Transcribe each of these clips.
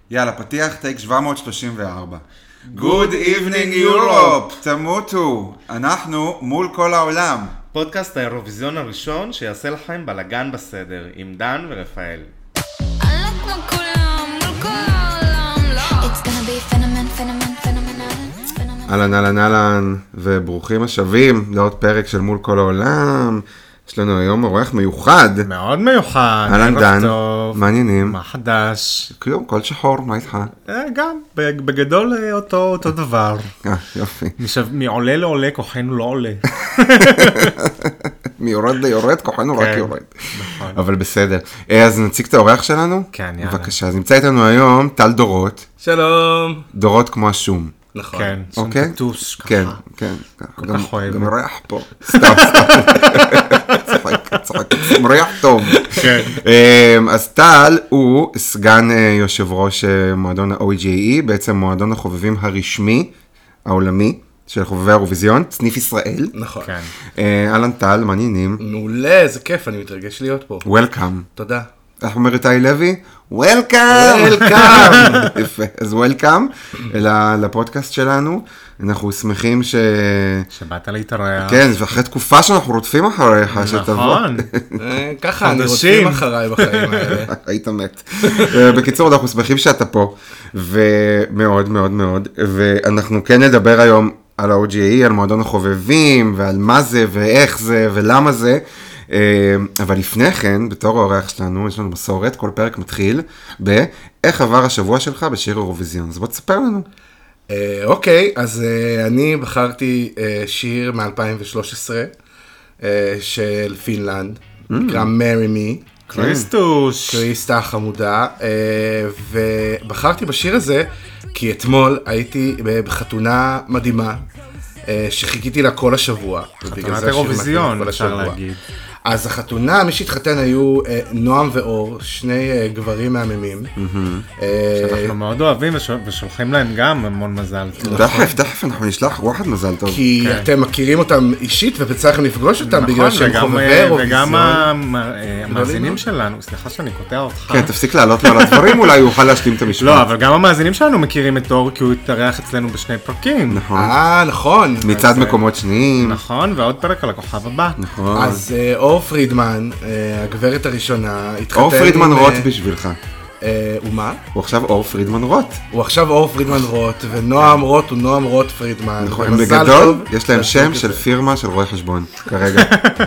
יאללה, פתיח טייק 734. Good evening Europe, תמותו. אנחנו מול כל העולם. פודקאסט האירוויזיון הראשון שיעשה לכם בלגן בסדר, עם דן ורפאל. אהלן, אהלן, אהלן, וברוכים השבים לעוד פרק של מול כל העולם. יש לנו היום אורח מיוחד. מאוד מיוחד. אהלן דן, מה העניינים? מה חדש? כלום, כל שחור, מה איתך? גם, בגדול אותו דבר. יופי. מעולה לעולה, כוחנו לא עולה. מיורד ליורד, כוחנו רק יורד. נכון. אבל בסדר. אז נציג את האורח שלנו? כן, יאללה. בבקשה, אז נמצא איתנו היום טל דורות. שלום. דורות כמו השום. נכון. כן, שום פטוס ככה. כן, כן. כל כך אוהב. גם ריח פה. סתם. צחק. ריח טוב. כן. אז טל הוא סגן יושב ראש מועדון ה-OGE, בעצם מועדון החובבים הרשמי, העולמי, של חובבי האירוויזיון, סניף ישראל. נכון. כן. אהלן טל, מעניינים. מעולה, איזה כיף, אני מתרגש להיות פה. וולקאם. תודה. איך אומר איתי לוי? וולקאם! יפה, אז וולקאם לפודקאסט שלנו. אנחנו שמחים שבאת להתארח. כן, ואחרי תקופה שאנחנו רודפים אחריך, שתבוא. נכון. ככה, אני רודפים אחריי בחיים האלה. היית מת. בקיצור, אנחנו שמחים שאתה פה, ומאוד מאוד מאוד, ואנחנו כן נדבר היום על ה-OGE, על מועדון החובבים, ועל מה זה, ואיך זה, ולמה זה. אבל לפני כן, בתור האורח שלנו, יש לנו מסורת, כל פרק מתחיל באיך עבר השבוע שלך בשיר אירוויזיון. אז בוא תספר לנו. אוקיי, אז אני בחרתי שיר מ-2013 של פינלנד, נקרא Marry Me. קריסטה החמודה, ובחרתי בשיר הזה כי אתמול הייתי בחתונה מדהימה, שחיכיתי לה כל השבוע. חתונת אירוויזיון, אפשר להגיד. אז החתונה, מי שהתחתן היו נועם ואור, שני גברים מהממים. שאנחנו מאוד אוהבים ושולחים להם גם המון מזל טוב. תכף אנחנו נשלח וואחד מזל טוב. כי אתם מכירים אותם אישית וצריך לפגוש אותם בגלל שהם חובבי אירוויזיון. וגם המאזינים שלנו, סליחה שאני קוטע אותך. כן, תפסיק לעלות לו על הדברים, אולי הוא יוכל להשלים את המשפט. לא, אבל גם המאזינים שלנו מכירים את אור, כי הוא התארח אצלנו בשני פרקים. נכון. נכון. מצד מקומות שניים. נכון, ועוד פרק על הכוכב הבא. נכון. אז אור פרידמן, הגברת הראשונה, התחתן... אור פרידמן רוט בשבילך. ומה? הוא עכשיו אור פרידמן רוט. הוא עכשיו אור פרידמן רוט, ונועם רוט הוא נועם רוט פרידמן. נכון, הם בגדול, יש להם שם של פירמה של רואי חשבון, כרגע.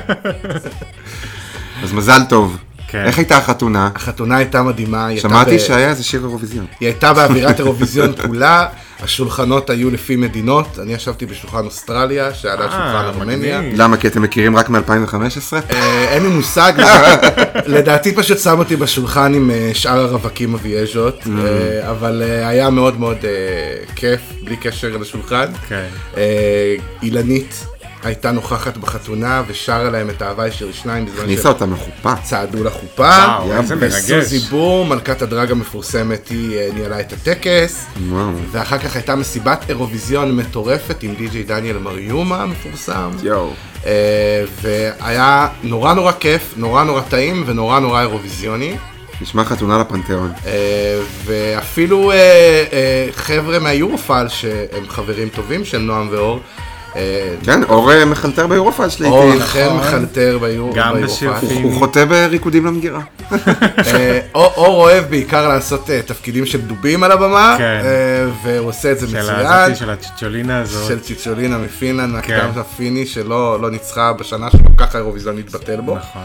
אז מזל טוב. איך הייתה החתונה? החתונה הייתה מדהימה. שמעתי שהיה איזה שיר אירוויזיון. היא הייתה באווירת אירוויזיון כולה, השולחנות היו לפי מדינות, אני ישבתי בשולחן אוסטרליה, שעלה שולחן ארמניה. למה? כי אתם מכירים רק מ-2015? אין לי מושג, לדעתי פשוט שם אותי בשולחן עם שאר הרווקים אבייז'ות, אבל היה מאוד מאוד כיף, בלי קשר לשולחן. אילנית הייתה נוכחת בחתונה ושרה להם את האהבה של שניים בזמן הכניסה אותם לחופה. צעדו לחופה. וואו, איזה מרגש. סוזי בור, מלכת הדרג המפורסמת, היא ניהלה את הטקס. וואו. ואחר כך הייתה מסיבת אירוויזיון מטורפת עם די.ג'יי דניאל מריומה המפורסם. יואו. והיה נורא נורא כיף, נורא נורא טעים ונורא נורא אירוויזיוני. נשמע חתונה לפנתיאון. ואפילו חבר'ה מהיורופל שהם חברים טובים של נועם ואור, כן, אור מחלטר ביורופל שלי. אור אכן מחלטר ביורופל. גם בשיר פיני. הוא חוטא בריקודים למגירה. אור אוהב בעיקר לעשות תפקידים של דובים על הבמה, והוא עושה את זה מצוין. של הצ'יצ'ולינה הזאת. של צ'יצ'ולינה מפינלנד, הקדם הפיני שלא ניצחה בשנה שכל כך האירוויזיון התבטל בו. נכון.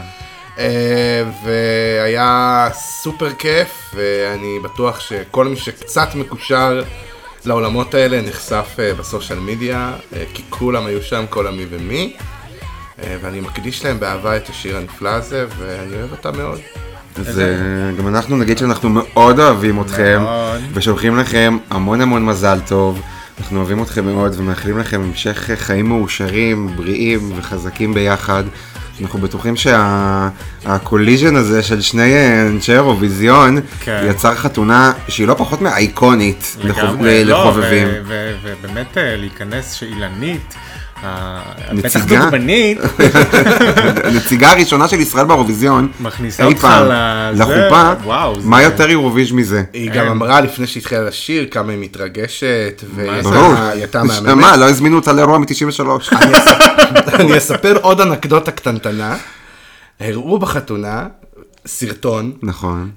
והיה סופר כיף, ואני בטוח שכל מי שקצת מקושר לעולמות האלה נחשף בסושיאל מדיה, כי כולם היו שם, כל המי ומי, ואני מקדיש להם באהבה את השיר הנפלא הזה, ואני אוהב אותה מאוד. אז גם אנחנו נגיד שאנחנו מאוד אוהבים אתכם, ושולחים לכם המון המון מזל טוב. אנחנו אוהבים אתכם מאוד ומאחלים לכם המשך חיים מאושרים, בריאים וחזקים ביחד. אנחנו בטוחים שהקוליז'ן הזה של שני אנשי אירוויזיון יצר חתונה שהיא לא פחות מאייקונית לחובבים. ובאמת להיכנס שאילנית ככה, בטח נציגה? דוגמנית, הנציגה הראשונה של ישראל באירוויזיון, מכניסה אי אותך פעם, לזה, לחופה, וואו, מה זה- יותר אירוויז' מזה? היא גם אמרה לפני שהתחילה לשיר כמה היא מתרגשת, ברור. והיא הייתה מהממת. מה, לא הזמינו אותה לאירוע מ-93. אני אספר עוד אנקדוטה קטנטנה. הראו בחתונה סרטון נכון.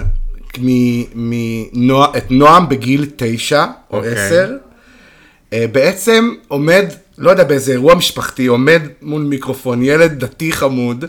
את נועם בגיל 9 או אוקיי. 10, בעצם עומד, לא יודע, באיזה אירוע משפחתי, עומד מול מיקרופון, ילד דתי חמוד,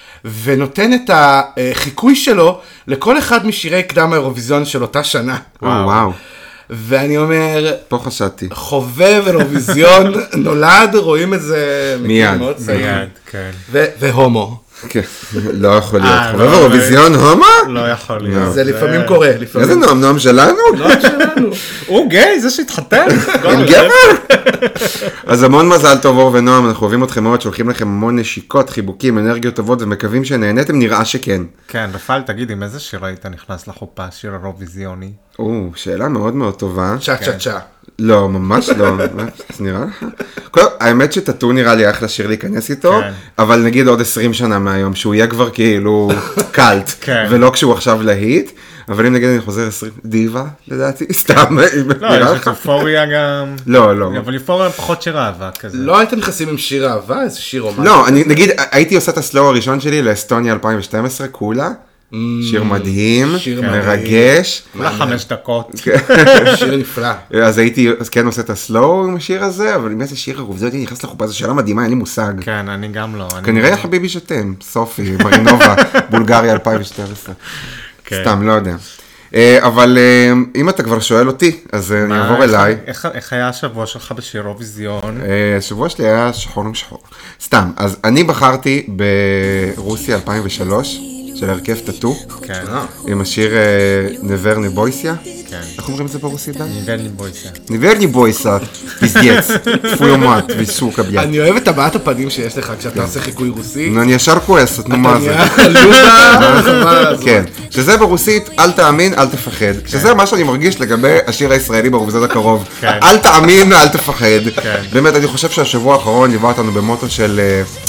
ונותן את החיקוי שלו לכל אחד משירי קדם האירוויזיון של אותה שנה. וואו. ואני אומר, פה חשדתי. חובב אירוויזיון נולד, רואים את זה מיד. מאוד צעיר. מיד, כן. והומו. כן, לא יכול להיות. לא, חובב לא, אירוויזיון הומה? לא יכול להיות. זה לפעמים קורה, איזה לפעמים. נועם, נועם שלנו? נועם שלנו. הוא גיי, זה שהתחתן? עם גבר? אז המון מזל טוב אור ונועם, אנחנו אוהבים אתכם מאוד, שולחים לכם המון נשיקות, חיבוקים, אנרגיות טובות ומקווים שנהנתם, נראה שכן. כן, בפעל, תגיד, עם איזה שיר היית נכנס לחופה, שיר אירוויזיוני? שאלה מאוד מאוד טובה. צ'ה צ'ה צ'ה. לא, ממש לא. זה נראה לך? האמת שטאטו נראה לי אחלה שיר להיכנס איתו, כן. אבל נגיד עוד 20 שנה מהיום, שהוא יהיה כבר כאילו קלט, כן. ולא כשהוא עכשיו להיט, אבל אם נגיד אני חוזר 20, דיבה לדעתי, סתם, לא, נראה יש לך? את אופוריה גם. לא, לא. אבל אופוריה פחות שיר אהבה כזה. לא הייתם נכנסים עם שיר אהבה, איזה שיר רומנטי. לא, אני נגיד, הייתי עושה את הסלואו הראשון שלי לאסטוניה 2012, כולה, שיר מדהים, שיר מרגש, כולה 5 דקות. שיר נפלא. אז הייתי, אז כן עושה את הסלואו עם השיר הזה, אבל עם איזה שיר אירוויזיון הייתי נכנס לחופה, זו שאלה מדהימה, אין לי מושג. כן, אני גם לא. אני כנראה לא. חביבי שתם, סופי, מרינובה, בולגריה 2012. כן. סתם, לא יודע. אבל אם אתה כבר שואל אותי, אז אני מה, אעבור אליי. איך היה השבוע שלך בשיר אירוויזיון? השבוע שלי היה שחור עם שחור. סתם, אז אני בחרתי ברוסיה 2003, של הרכב טאטו, כן, עם השיר נברני בויסיה. כן. איך אומרים את זה ברוסית? ניבלני בויסה. נברני בויסה, פזדץ, פויומט וסוקה ביד. אני אוהב את הבעת הפנים שיש לך כשאתה עושה חיקוי רוסי. אני ישר כועסת, נו מה זה? לודה, חבל על הזמן. כן, שזה ברוסית, אל תאמין, אל תפחד. שזה מה שאני מרגיש לגבי השיר הישראלי באירוויזיון הקרוב. כן. אל תאמין, אל תפחד. כן. באמת, אני חושב שהשבוע האחרון ליווה אותנו במוטו של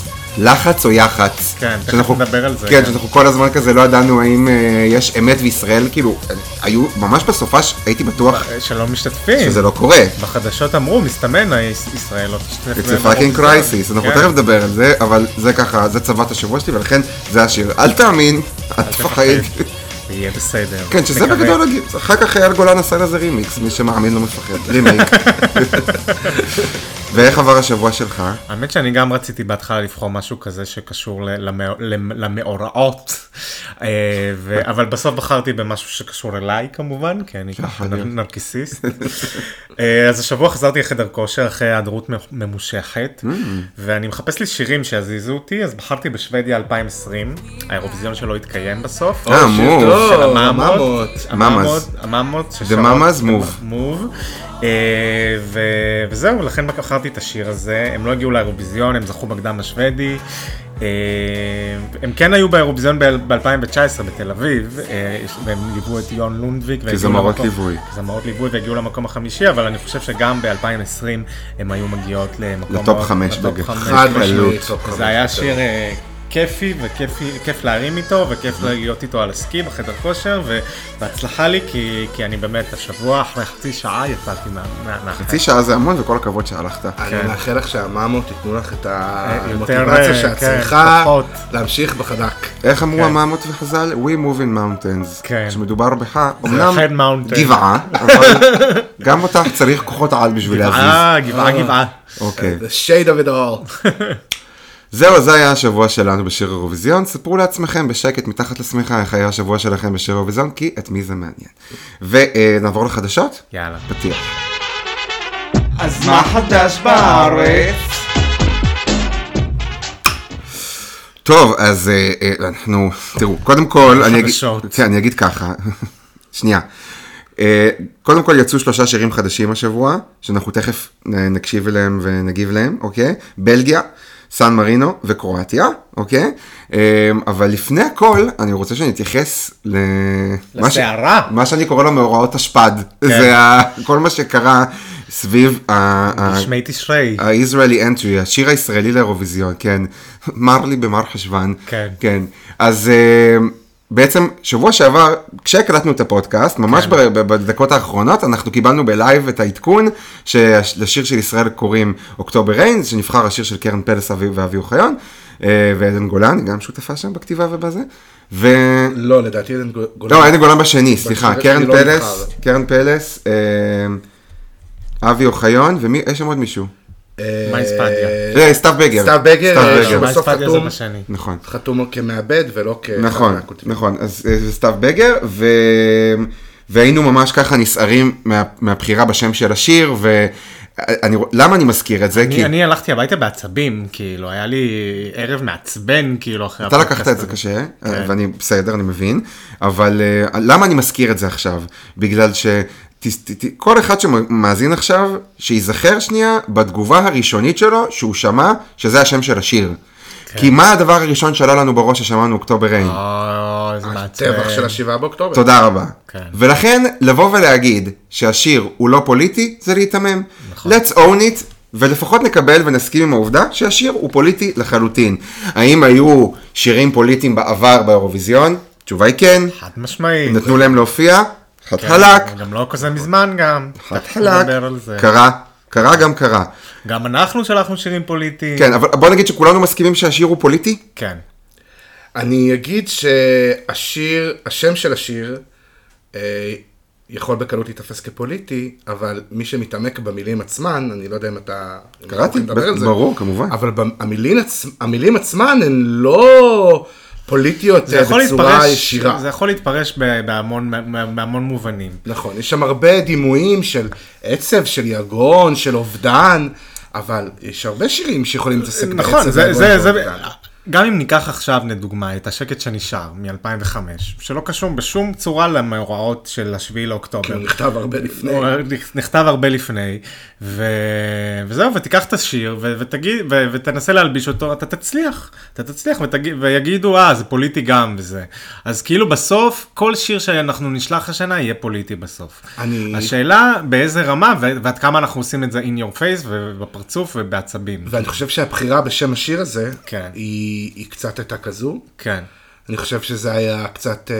לחץ או יח"צ. כן, תכף שאנחנו- נדבר על זה, כן, כן. שאנחנו כל הזמן כזה לא ידענו האם יש אמת וישראל, כאילו, היו ממש בסופש, הייתי בטוח שלא משתתפים. שזה לא קורה. בחדשות אמרו, מסתמן, ישראל לא תשתתף. It's a fucking crisis, אנחנו כן. תכף נדבר על זה, אבל זה ככה, זה צוות השבוע שלי, ולכן זה השיר. אל תאמין, אל תפחד. יהיה בסדר. כן, שזה מקווה. בגדול, אחר כך אייל גולן עשה לזה רימיקס, מי שמאמין לא מפחד, רימייק. ואיך עבר השבוע שלך? האמת שאני גם רציתי בהתחלה לבחור משהו כזה שקשור למאורעות, אבל בסוף בחרתי במשהו שקשור אליי כמובן, כי אני ככה נרקיסיסט. אז השבוע חזרתי לחדר כושר אחרי היעדרות ממושכת, ואני מחפש לי שירים שיזיזו אותי, אז בחרתי בשוודיה 2020, האירוויזיון שלא התקיים בסוף. מוב. של טוב, המאמות. ממאז. המאמות. The Mamas Move. מוב. וזהו, לכן בחרתי את השיר הזה. הם לא הגיעו לאירוויזיון, הם זכו בקדם השוודי. הם כן היו באירוויזיון ב-2019 בתל אביב, והם ליוו את יון לונדוויג. כזמרות ליווי. כזמרות ליווי והגיעו למקום החמישי, אבל אני חושב שגם ב-2020 הם היו מגיעות למקום... לטופ 5 חד משמעית. זה היה שיר כיפי וכיף להרים איתו וכיף להיות איתו על הסקי בחדר כושר ובהצלחה לי כי אני באמת השבוע אחרי חצי שעה יצאתי מהחדר. חצי שעה זה המון וכל הכבוד שהלכת. אני מאחל לך שהמאמות ייתנו לך את יותר, המוטיבציה שאת כן, צריכה פחות. להמשיך בחדק. איך אמרו המאמות וחז"ל? We move in mountains. כן. כשמדובר בך, אחד אמנם mountain. גבעה, אבל גם אותך צריך כוחות על בשביל להזיז. גבעה. אוקיי. The shade of it all. זהו, זה היה השבוע שלנו בשיר אירוויזיון. ספרו לעצמכם בשקט מתחת לשמיכה איך היה השבוע שלכם בשיר אירוויזיון, כי את מי זה מעניין. ונעבור לחדשות? יאללה. פתיח. אז מה חדש בארץ? טוב, אז אנחנו, תראו, קודם כל, חדשות. אני אגיד ככה, שנייה. קודם כל יצאו 3 שירים חדשים השבוע, שאנחנו תכף נקשיב אליהם ונגיב להם, אוקיי? בלגיה, סן מרינו וקרואטיה, אוקיי? אבל לפני הכל, אני רוצה שנתייחס לסערה. מה שאני קורא לו מאורעות השפד. זה כל מה שקרה סביב שמי תשרי. ה-Israeli entry, השיר הישראלי לאירוויזיון, כן, מר לי במר חשוון, כן, אז בעצם שבוע שעבר, כשהקלטנו את הפודקאסט, ממש בדקות האחרונות, אנחנו קיבלנו בלייב את העדכון, שלשיר של ישראל קוראים אוקטובר ריין, שנבחר השיר של קרן פלס ואבי אוחיון, ועדן גולן, היא גם שותפה שם בכתיבה ובזה, לא, לדעתי עדן גולן. לא, עדן גולן בשני, סליחה, קרן פלס, אבי אוחיון, ויש שם עוד מישהו. מייספדיה. סתיו בגר. סתיו בגר, בסוף חתום. נכון. חתום כמעבד ולא נכון, אז סתיו בגר, והיינו ממש ככה נסערים מהבחירה בשם של השיר, למה אני מזכיר את זה? אני הלכתי הביתה בעצבים, כאילו, היה לי ערב מעצבן, כאילו, אחרי אתה לקחת את זה קשה, ואני בסדר, אני מבין, אבל למה אני מזכיר את זה עכשיו? בגלל כל אחד שמאזין עכשיו, שיזכר שנייה בתגובה הראשונית שלו, שהוא שמע שזה השם של השיר. כי מה הדבר הראשון שעלה לנו בראש ששמענו אוקטובר ריין? הטבח של 7 באוקטובר. תודה רבה. ולכן לבוא ולהגיד שהשיר הוא לא פוליטי, זה להתאמם. Let's own it, ולפחות נקבל ונסכים עם העובדה שהשיר הוא פוליטי לחלוטין. האם היו שירים פוליטיים בעבר באירוויזיון? תשובה היא כן. חד משמעית. נתנו להם להופיע? חד חלק. גם לא כזה מזמן גם. חד חלק. קרה גם קרה. גם אנחנו שלחנו שירים פוליטיים. כן, אבל בוא נגיד שכולנו מסכימים שהשיר הוא פוליטי? כן. אני אגיד שהשיר, השם של השיר, יכול בקלות להתאפס כפוליטי, אבל מי שמתעמק במילים עצמן, אני לא יודע אם אתה... קראתי, ברור, כמובן. אבל המילים עצמן הן לא פוליטיות בצורה ישירה. זה יכול להתפרש בהמון מובנים. נכון, יש שם הרבה דימויים של עצב, של יגון, של אובדן, אבל יש הרבה שירים שיכולים להתעסק בעצב ויגון ואובדן. גם אם ניקח עכשיו לדוגמה את השקט שנשאר מ-2005, שלא קשור בשום צורה למאורעות של 7 לאוקטובר. כי הוא נכתב הרבה לפני. הוא נכתב הרבה לפני, וזהו, ותיקח את השיר ותנסה להלביש אותו, אתה תצליח, ויגידו, זה פוליטי גם וזה. אז כאילו בסוף, כל שיר שאנחנו נשלח השנה יהיה פוליטי בסוף. השאלה באיזה רמה, ועד כמה אנחנו עושים את זה in your face, ובפרצוף ובעצבים. ואני חושב שהבחירה בשם השיר הזה, היא קצת הייתה כזו. כן. אני חושב שזה היה קצת,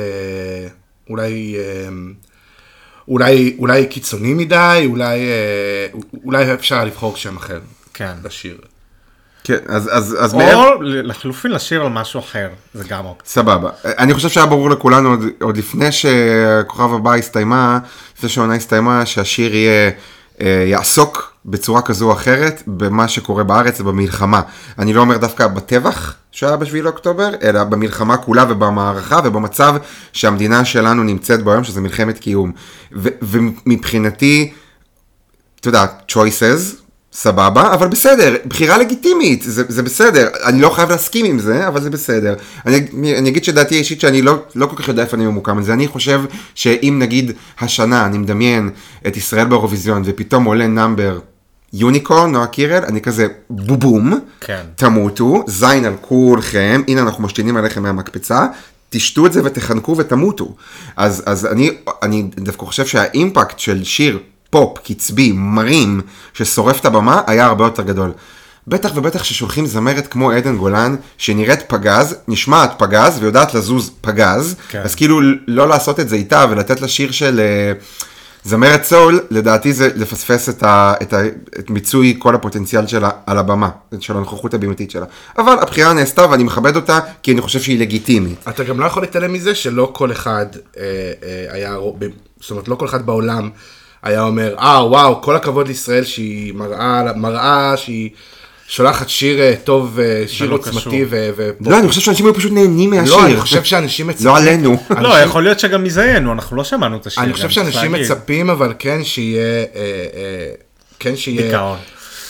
אולי קיצוני מדי, אולי אפשר לבחור שם אחר. כן. לשיר. כן, אז או לחלופין לשיר על משהו אחר, זה גם אופציה. סבבה. אני חושב שהיה ברור לכולנו עוד לפני שכוכב הבא הסתיימה, לפני שהעונה הסתיימה, שהשיר יעסוק בצורה כזו או אחרת במה שקורה בארץ ובמלחמה. אני לא אומר דווקא בטבח שהיה ב7 לאוקטובר, אלא במלחמה כולה ובמערכה ובמצב שהמדינה שלנו נמצאת בו היום, שזה מלחמת קיום. ומבחינתי, אתה יודע, choices, סבבה, אבל בסדר, בחירה לגיטימית, זה בסדר. אני לא חייב להסכים עם זה, אבל זה בסדר. אני אגיד שדעתי אישית שאני לא כל כך יודע איפה אני ממוקם על זה. אני חושב שאם נגיד השנה אני מדמיין את ישראל באירוויזיון, ופתאום עולה נאמבר יוניקורן, נועה קירל, אני כזה בובום, כן. תמותו, זין על כולכם, הנה אנחנו משתינים עליכם מהמקפצה, תשתו את זה ותחנקו ותמותו. אז אני דווקא חושב שהאימפקט של שיר פופ, קצבי, מרים, ששורף את הבמה, היה הרבה יותר גדול. בטח ובטח ששולחים זמרת כמו עדן גולן, שנראית פגז, נשמעת פגז, ויודעת לזוז פגז, כן. אז כאילו לא לעשות את זה איתה, ולתת לשיר של זמרת סול, לדעתי זה לפספס את מיצוי כל הפוטנציאל שלה על הבמה, של הנוכחות הבימתית שלה. אבל הבחירה נעשתה, ואני מכבד אותה, כי אני חושב שהיא לגיטימית. אתה גם לא יכול להתעלם מזה, שלא כל אחד היה, זאת אומרת, לא כל אחד בעולם, היה אומר, וואו, כל הכבוד לישראל שהיא מראה שהיא שולחת שיר טוב, שיר עוצמתי לא, אני חושב שאנשים היו פשוט נהנים מהשיר. לא, אני חושב שאנשים מצפים. לא עלינו. לא, יכול להיות שגם מזיינו, אנחנו לא שמענו את השיר. אני חושב שאנשים מצפים, אבל כן שיהיה... דיכאון.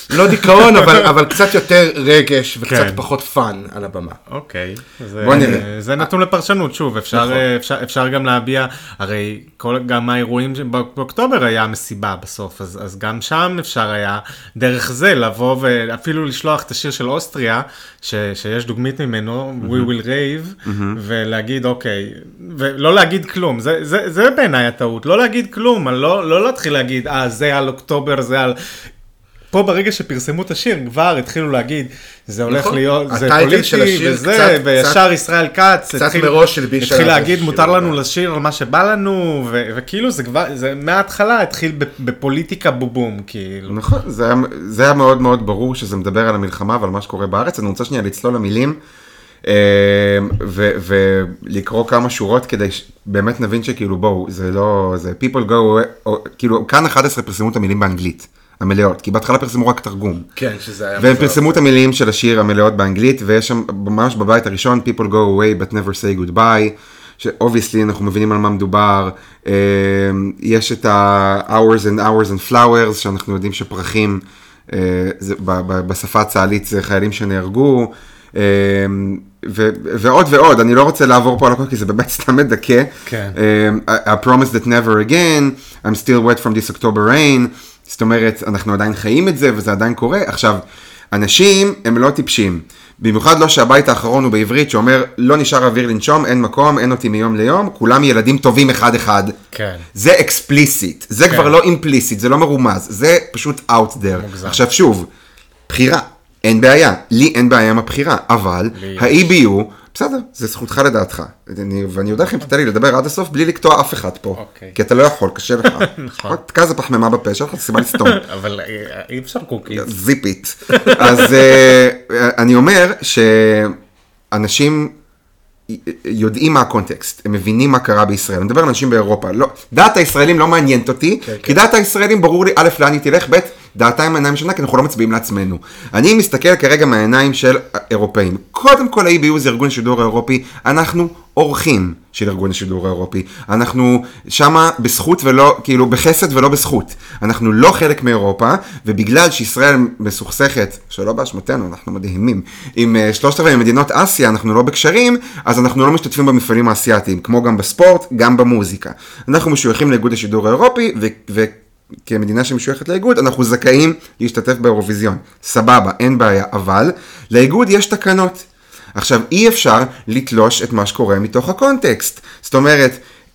לא דיכאון, אבל קצת יותר רגש וקצת פחות פאן על הבמה. אוקיי. בוא נראה. זה נתון לפרשנות, שוב, אפשר גם להביע, הרי גם האירועים באוקטובר היה מסיבה בסוף, אז גם שם אפשר היה דרך זה לבוא ואפילו לשלוח את השיר של אוסטריה, שיש דוגמית ממנו, We will rave, ולהגיד אוקיי, ולא להגיד כלום, זה בעיניי הטעות, לא להגיד כלום, לא להתחיל להגיד, זה על אוקטובר, זה על... פה ברגע שפרסמו את השיר, כבר התחילו להגיד, זה הולך להיות, זה פוליטי, וזה, וישר ישראל כץ, התחיל להגיד, מותר לנו לשיר על מה שבא לנו, וכאילו זה כבר, זה מההתחלה התחיל בפוליטיקה בובום, כאילו. נכון, זה היה מאוד מאוד ברור שזה מדבר על המלחמה ועל מה שקורה בארץ, אני רוצה שנייה לצלול למילים, ולקרוא כמה שורות כדי באמת נבין שכאילו בואו, זה לא, זה people go, כאילו כאן 11 פרסמו את המילים באנגלית. המלאות, כי בהתחלה פרסמו רק תרגום. כן, שזה היה... והם פרסמו את המילים של השיר המלאות באנגלית, ויש שם ממש בבית הראשון, People go away but never say goodbye, ש-obviously אנחנו מבינים על מה מדובר, יש את ה-hours and hours and flowers, שאנחנו יודעים שפרחים, בשפה הצה"לית זה חיילים שנהרגו, ועוד ועוד, אני לא רוצה לעבור פה על הכל, כי זה באמת סתם מדכא. כן. I promise that never again, I'm still wet from this October rain, זאת אומרת, אנחנו עדיין חיים את זה, וזה עדיין קורה. עכשיו, אנשים הם לא טיפשים. במיוחד לא שהבית האחרון הוא בעברית, שאומר, לא נשאר אוויר לנשום, אין מקום, אין אותי מיום ליום, כולם ילדים טובים אחד-אחד. כן. זה אקספליסיט, זה כבר לא אימפליסיט, זה לא מרומז, זה פשוט out there. מוגזם. עכשיו שוב, בחירה, אין בעיה, לי אין בעיה עם הבחירה, אבל ה-EBU, בסדר, זה זכותך לדעתך, ואני יודע לכם, תתן לי לדבר עד הסוף בלי לקטוע אף אחד פה, כי אתה לא יכול, קשה לך. נכון. תקע זה פחמימה בפה שלך, זה סיבה לסתום. אבל אי אפשר קוקיז. זיפית. אז אני אומר שאנשים יודעים מה הקונטקסט, הם מבינים מה קרה בישראל, אני מדבר על אנשים באירופה, דעת הישראלים לא מעניינת אותי, כי דעת הישראלים ברור לי, א', לאן היא תלך, ב', דעתיים העיניים שונה, כי אנחנו לא מצביעים לעצמנו. אני מסתכל כרגע מהעיניים של אירופאים. קודם כל, ה-EBU זה ארגון השידור האירופי, אנחנו אורחים של ארגון השידור האירופי. אנחנו שמה בזכות ולא, כאילו בחסד ולא בזכות. אנחנו לא חלק מאירופה, ובגלל שישראל מסוכסכת, שלא באשמתנו, אנחנו מדהימים, עם 3 מדינות אסיה, אנחנו לא בקשרים, אז אנחנו לא משתתפים במפעלים האסייתיים, כמו גם בספורט, גם במוזיקה. אנחנו משויכים לאיגוד השידור האירופי, כמדינה שמשויכת לאיגוד, אנחנו זכאים להשתתף באירוויזיון. סבבה, אין בעיה, אבל לאיגוד יש תקנות. עכשיו, אי אפשר לתלוש את מה שקורה מתוך הקונטקסט. זאת אומרת,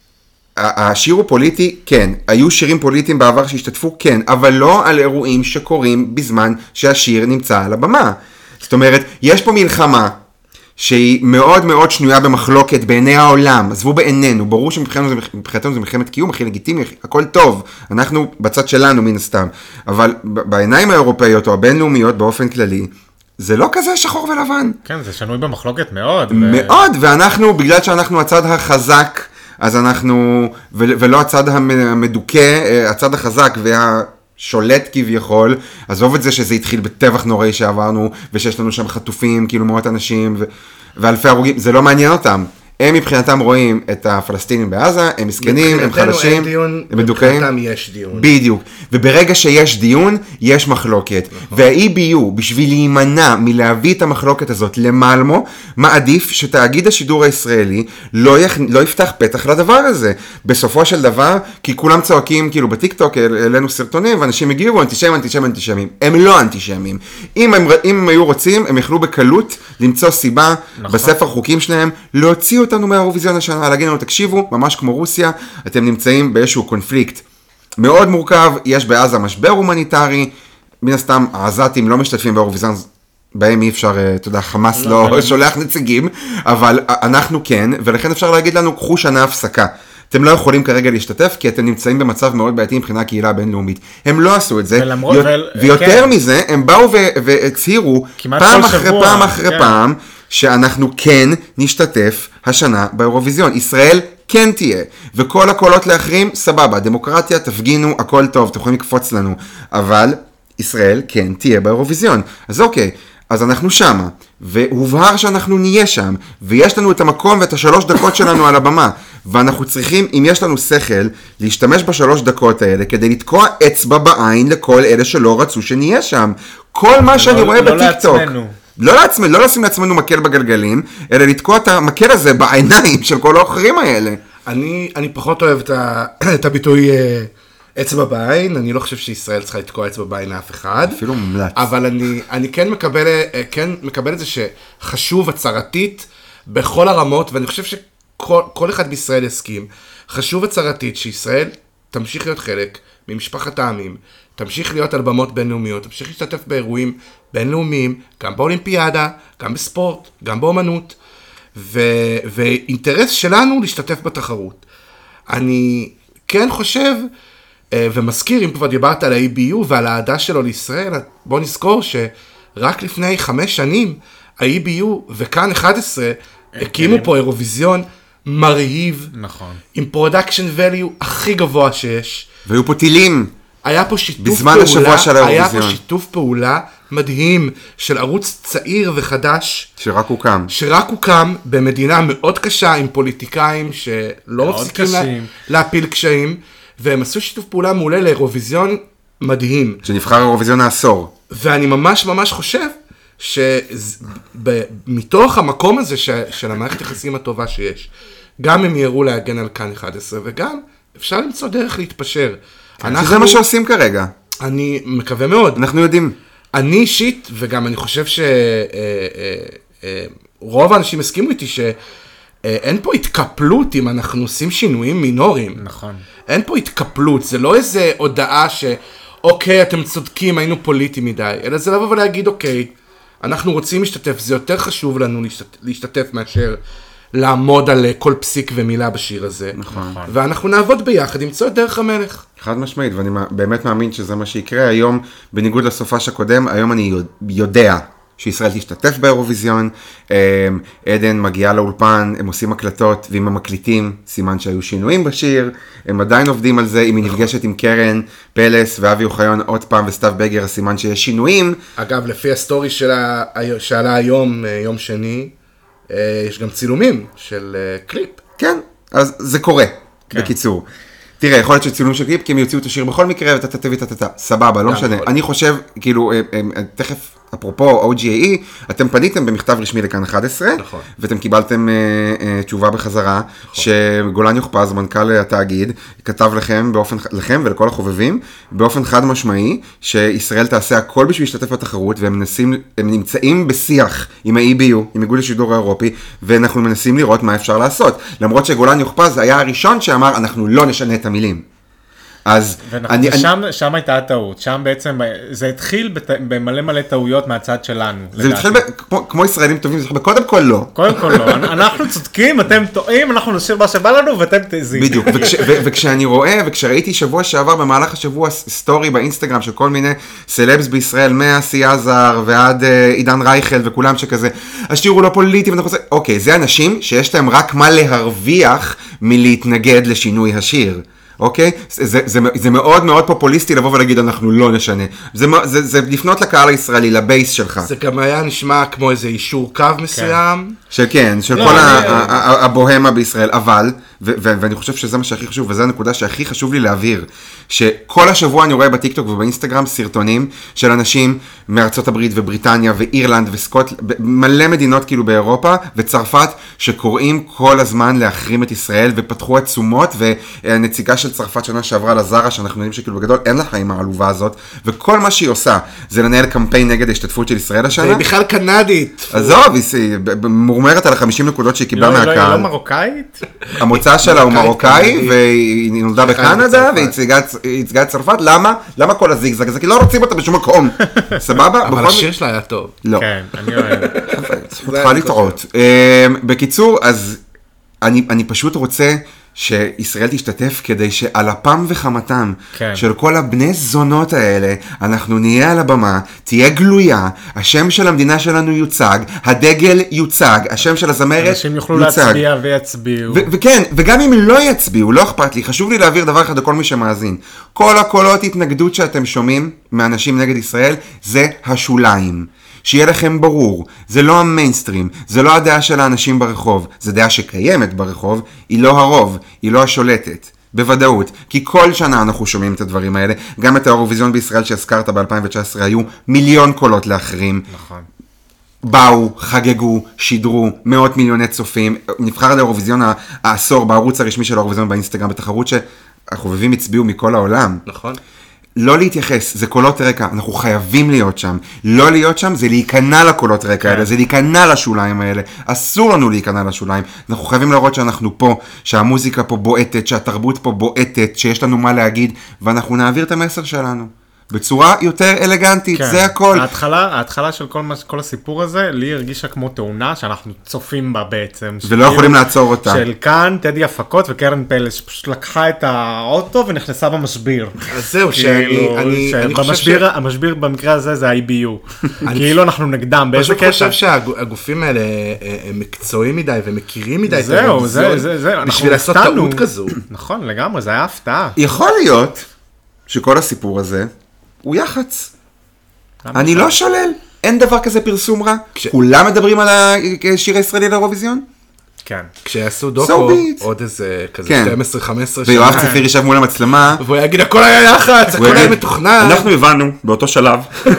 השיר הוא פוליטי, כן. היו שירים פוליטיים בעבר שהשתתפו, כן. אבל לא על אירועים שקורים בזמן שהשיר נמצא על הבמה. זאת אומרת, יש פה מלחמה שהיא מאוד מאוד שנויה במחלוקת בעיני העולם, עזבו בעינינו, ברור שמבחינתנו זה מלחמת קיום, הכי לגיטימי, הכל טוב, אנחנו בצד שלנו מן הסתם, אבל בעיניים האירופאיות או הבינלאומיות באופן כללי, זה לא כזה שחור ולבן. כן, זה שנוי במחלוקת מאוד. מאוד, ואנחנו, בגלל שאנחנו הצד החזק, אז אנחנו, ולא הצד המדוכא, הצד החזק שולט כביכול, עזוב את זה שזה התחיל בטבח נוראי שעברנו, ושיש לנו שם חטופים, כאילו מאות אנשים, ואלפי הרוגים, זה לא מעניין אותם. הם מבחינתם רואים את הפלסטינים בעזה, הם מסכנים, הם חלשים, הם מדוכאים. מבחינתם יש דיון. בדיוק. וברגע שיש דיון, יש מחלוקת. וה-EBU, בשביל להימנע מלהביא את המחלוקת הזאת למלמו, מעדיף שתאגיד השידור הישראלי לא יפתח פתח לדבר הזה. בסופו של דבר, כי כולם צועקים, כאילו בטיקטוק, אלינו סרטונים, ואנשים הגיעו, אנטישמים. הם לא אנטישמים. אם הם היו רוצים, הם יכלו בקלות למצוא סיבה בספר חוקים שלהם, להוציא אותנו מהאירוויזיון השנה, להגיד לנו, תקשיבו, ממש כמו רוסיה, אתם נמצאים באיזשהו קונפליקט מאוד מורכב, יש בעזה משבר הומניטרי, מן הסתם העזתים לא משתתפים באירוויזיון, בהם אי אפשר, אתה יודע, חמאס לא שולח נציגים, אבל אנחנו כן, ולכן אפשר להגיד לנו, קחו שנה הפסקה. אתם לא יכולים כרגע להשתתף, כי אתם נמצאים במצב מאוד בעייתי מבחינה הקהילה הבינלאומית. הם לא עשו את זה, ויותר מזה, הם באו והצהירו פעם אחרי פעם, שאנחנו כן נשתתף השנה באירוויזיון. ישראל כן תהיה, וכל הקולות לאחרים, סבבה, דמוקרטיה, תפגינו, הכל טוב, אתם יכולים לקפוץ לנו, אבל ישראל כן תהיה באירוויזיון. אז אוקיי, אז אנחנו שמה, והובהר שאנחנו נהיה שם, ויש לנו את המקום ואת 3 דקות שלנו על הבמה, ואנחנו צריכים, אם יש לנו שכל, להשתמש ב3 דקות האלה, כדי לתקוע אצבע בעין לכל אלה שלא רצו שנהיה שם. כל מה שאני רואה בטיקטוק. לא לשים לעצמנו מקל בגלגלים, אלא לתקוע את המקל הזה בעיניים של כל האחרים האלה. אני פחות אוהב את הביטוי אצבע בעין, אני לא חושב שישראל צריכה לתקוע אצבע בעין לאף אחד. אפילו מומלץ. אבל אני כן מקבל את זה שחשוב הצהרתית בכל הרמות, ואני חושב שכל אחד בישראל יסכים, חשוב הצהרתית שישראל תמשיך להיות חלק ממשפחת העמים, תמשיך להיות על במות בינלאומיות, תמשיך להשתתף באירועים בינלאומיים, גם באולימפיאדה, גם בספורט, גם באומנות, ואינטרס שלנו להשתתף בתחרות. אני כן חושב, ומזכיר, אם כבר דיברת על ה-EBU ועל העדה שלו לישראל, בוא נזכור שרק לפני 5 שנים, ה-EBU וכאן 11 הקימו פה אירוויזיון מרהיב, נכון. עם פרודקשן ואליו הכי גבוה שיש. והיו פה טילים. היה פה שיתוף בזמן פעולה, השבוע של היה האירוויזיון. פה שיתוף פעולה מדהים של ערוץ צעיר וחדש. שרק הוקם. במדינה מאוד קשה עם פוליטיקאים שלא מפסיקים להפיל קשיים. והם עשו שיתוף פעולה מעולה לאירוויזיון מדהים. שנבחר אירוויזיון העשור. ואני ממש ממש חושב שמתוך המקום הזה של המערכת יחסים הטובה שיש, גם הם יראו להגן על כאן 11, וגם אפשר למצוא דרך להתפשר. שזה מה שעושים כרגע. אני מקווה מאוד. אנחנו יודעים. אני אישית, וגם אני חושב שרוב האנשים הסכימו איתי אין פה התקפלות אם אנחנו עושים שינויים מינוריים. נכון. אין פה התקפלות, זה לא איזה הודעה אוקיי, אתם צודקים, היינו פוליטיים מדי, אלא זה לבוא ולהגיד, אוקיי, אנחנו רוצים להשתתף, זה יותר חשוב לנו להשתתף מאשר לעמוד על כל פסיק ומילה בשיר הזה. נכון. ואנחנו נעבוד ביחד, למצוא את דרך המלך. חד משמעית, ואני באמת מאמין שזה מה שיקרה. היום, בניגוד לסופש הקודם, היום אני יודע שישראל תשתתף באירוויזיון, עדן מגיעה לאולפן, הם עושים הקלטות, ואם הם מקליטים, סימן שהיו שינויים בשיר, הם עדיין עובדים על זה, אם היא נפגשת עם קרן, פלס ואבי אוחיון עוד פעם וסתיו בגר, סימן שיש שינויים. אגב, לפי הסטורי שעלה היום, יום שני, יש גם צילומים של קליפ. כן, אז זה קורה, בקיצור. תראה, יכול להיות שצילום של קליפ, כי הם יוציאו את השיר בכל מקרה, ואתה תביא את סבבה, לא משנה. אני חושב, כאילו, תכף, אפרופו OGAE, אתם פניתם במכתב רשמי לכאן 11, ואתם קיבלתם תשובה בחזרה, שגולן יוחפז, מנכ"ל התאגיד, כתב לכם ולכל החובבים, באופן חד משמעי, שישראל תעשה הכל בשביל להשתתף בתחרות, והם נמצאים בשיח עם ה-EBU, עם איגוד השידור האירופי, ואנחנו מנסים לראות מה אפשר לעשות. למרות שגולן יוחפז היה הראשון שאמר, אנחנו לא נשנה את המילים. אז שם הייתה הטעות, שם בעצם זה התחיל במלא טעויות מהצד שלנו. זה התחיל כמו ישראלים טובים, זה התחיל קודם כל לא. קודם כל לא, אנחנו צודקים, אתם טועים, אנחנו נשאיר מה שבא לנו ואתם תזינו. בדיוק, וכשאני רואה, וכשראיתי שבוע שעבר במהלך השבוע סטורי באינסטגרם של כל מיני סלבס בישראל, מאסי עזר ועד עידן רייכל וכולם שכזה, השיר הוא לא פוליטי, אוקיי, זה אנשים שיש להם רק מה להרוויח מלהתנגד לשינוי השיר. אוקיי? זה מאוד מאוד פופוליסטי לבוא ולהגיד אנחנו לא נשנה. זה לפנות לקהל הישראלי, לבייס שלך. זה גם היה נשמע כמו איזה אישור קו מסוים. של כל הבוהמה בישראל, אבל, ואני חושב שזה מה שהכי חשוב, וזו הנקודה שהכי חשוב לי להבהיר, שכל השבוע אני רואה בטיקטוק ובאינסטגרם סרטונים של אנשים מארצות הברית ובריטניה ואירלנד מלא מדינות כאילו באירופה וצרפת, שקוראים כל הזמן להחרים את ישראל, ופתחו עצומות, והנציגה של צרפת שנה שעברה לזרה, שאנחנו יודעים שכאילו בגדול אין לה עם העלובה הזאת, וכל מה שהיא עושה זה לנהל קמפיין נגד ההשתתפות של ישראל השנה. והיא בכלל קנדית. עזוב, היא מורמרת על 50 נקודות שהיא קיבלה מהקהל. היא לא מרוקאית? המוצא שלה הוא מרוקאי, והיא נולדה בקנדה, והיא ייצגה את צרפת. למה כל הזיגזג הזה? כי לא רוצים אותה בשום מקום. סבבה? אבל השיר שלה היה טוב. לא. כן, אני אוהב. זכותך לטעות. בקיצור, אז אני פשוט רוצה שישראל תשתתף כדי שעל אפם וחמתם של כל הבני זונות האלה, אנחנו נהיה על הבמה, תהיה גלויה, השם של המדינה שלנו יוצג, הדגל יוצג, השם של הזמרת יוצג. אנשים יוכלו להצביע ויצביעו. וכן, וגם אם לא יצביעו, לא אכפת לי, חשוב לי להעביר דבר אחד לכל מי שמאזין. כל הקולות התנגדות שאתם שומעים מאנשים נגד ישראל, זה השוליים. שיהיה לכם ברור, זה לא המיינסטרים, זה לא הדעה של האנשים ברחוב, זה דעה שקיימת ברחוב, היא לא הרוב, היא לא השולטת. בוודאות, כי כל שנה אנחנו שומעים את הדברים האלה, גם את האירוויזיון בישראל שהזכרת ב-2019 היו מיליון קולות לאחרים. נכון. באו, חגגו, שידרו, מאות מיליוני צופים, נבחר לאירוויזיון העשור בערוץ הרשמי של האירוויזיון באינסטגרם, בתחרות שהחובבים הצביעו מכל העולם. נכון. לא להתייחס, זה קולות רקע, אנחנו חייבים להיות שם. לא להיות שם זה להיכנע לקולות רקע האלה, זה להיכנע לשוליים האלה. אסור לנו להיכנע לשוליים. אנחנו חייבים לראות שאנחנו פה, שהמוזיקה פה בועטת, שהתרבות פה בועטת, שיש לנו מה להגיד, ואנחנו נעביר את המסר שלנו. בצורה יותר אלגנטית, כן. זה הכל. ההתחלה של כל הסיפור הזה, לי הרגישה כמו תאונה שאנחנו צופים בה בעצם. ולא יכולים לעצור אותה. של כאן, טדי הפקות וקרן פלס, שפשוט לקחה את האוטו ונכנסה במשביר. אז זהו, שאני חושב המשביר במקרה הזה זה ה-IBU. כאילו אנחנו נגדם, באיזה קטע. פשוט חושב שהגופים האלה הם מקצועיים מדי ומכירים מדי. זהו. בשביל לעשות טעות כזו. נכון, לגמרי, זה היה הפתעה. יכול להיות שכל הסיפור הזה הוא יח"צ. אני לא שולל. אין דבר כזה פרסום רע. כולם מדברים על השיר הישראלי לאירוויזיון? כן. כשיעשו דוקו, עוד איזה כזה 12-15 שנה. ויואב צפיר ישב מול המצלמה. והוא יגיד, הכל היה יח"צ, הכל היה מתוכנן. אנחנו הבנו באותו שלב.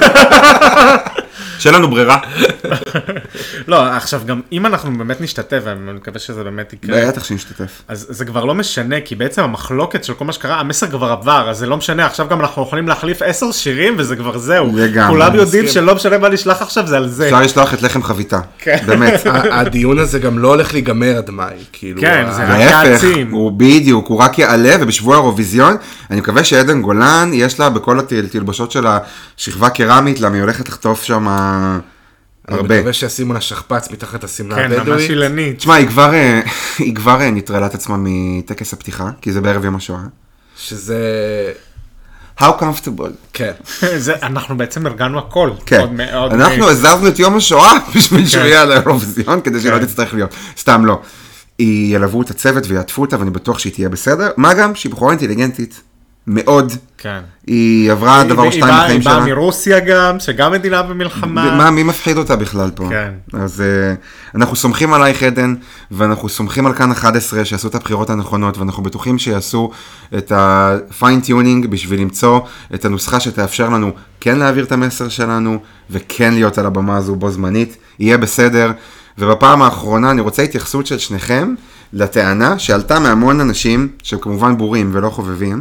שאין לנו ברירה. לא, עכשיו גם אם אנחנו באמת נשתתף, ואני מקווה שזה באמת יקרה. בטח שנשתתף. אז זה כבר לא משנה, כי בעצם המחלוקת של כל מה שקרה, המסר כבר עבר, אז זה לא משנה, עכשיו גם אנחנו יכולים להחליף 10 שירים, וזה כבר זהו. כולם יודעים שלא משנה מה נשלח עכשיו, זה על זה. אפשר לשלוח את לחם חביתה. באמת. הדיון הזה גם לא הולך להיגמר עד מאי. כן, זה רק יעצים. הוא בדיוק, הוא רק יעלה, ובשבוע האירוויזיון, אני מקווה שעדן גולן, יש לה בכל התלבשות של השכבה קרמית, למה היא הולכת לחטוף שם הרבה. אני מקווה שישימו לה שכפ"ץ מתחת הסמלה הבדואית. כן, ממש אילנית. תשמע, היא כבר נטרלה את עצמה מטקס הפתיחה, כי זה בערב יום השואה. שזה... How comfortable. כן. אנחנו בעצם ארגנו הכל. כן. אנחנו הזזנו את יום השואה בשביל שהוא יהיה על האירוויזיון, כדי שלא תצטרך להיות. סתם לא. ילוו את הצוות ויעטפו אותה, ואני בטוח שהיא תהיה בסדר. מה גם? שהיא בחורה אינטליגנטית. מאוד. כן. היא עברה דבר או שתיים בחיים שלה. היא באה מרוסיה גם, שגם מדינה במלחמה. מי מפחיד אותה בכלל פה? כן. אז אנחנו סומכים עלייך עדן, ואנחנו סומכים על כאן 11 שיעשו את הבחירות הנכונות, ואנחנו בטוחים שיעשו את ה-fine-tuning בשביל למצוא את הנוסחה שתאפשר לנו כן להעביר את המסר שלנו, וכן להיות על הבמה הזו בו זמנית. יהיה בסדר. ובפעם האחרונה אני רוצה התייחסות של שניכם לטענה שעלתה מהמון אנשים, שהם כמובן בורים ולא חובבים,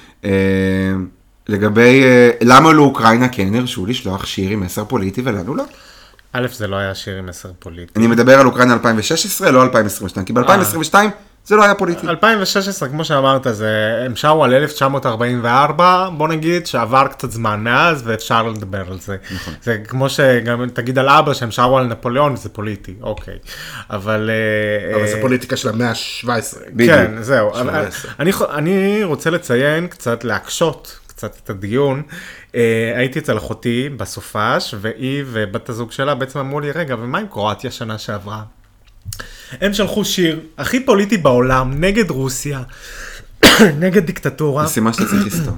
לגבי למה לאוקראינה כן הרשו לשלוח שיר עם מסר פוליטי ולנו לא. א', זה לא היה שיר עם מסר פוליטי. אני מדבר על אוקראינה 2016, לא 2022, כי ב-2022 זה לא היה פוליטי. 2016, כמו שאמרת, הם שרו על 1944, בוא נגיד שעבר קצת זמן מאז ואפשר לדבר על זה. נכון. זה כמו שגם תגיד על אבא שהם שרו על נפוליאון, זה פוליטי, אוקיי. אבל זה פוליטיקה של המאה ה-17. כן, זהו. אני רוצה לציין קצת, להקשות קצת את הדיון. הייתי אצל אחותי בסופש, והיא ובת הזוג שלה בעצם אמרו לי, רגע, ומה עם קרואטיה שנה שעברה? הם שלחו שיר הכי פוליטי בעולם, נגד רוסיה, נגד דיקטטורה. זה סימן שאתה צריך לסתור.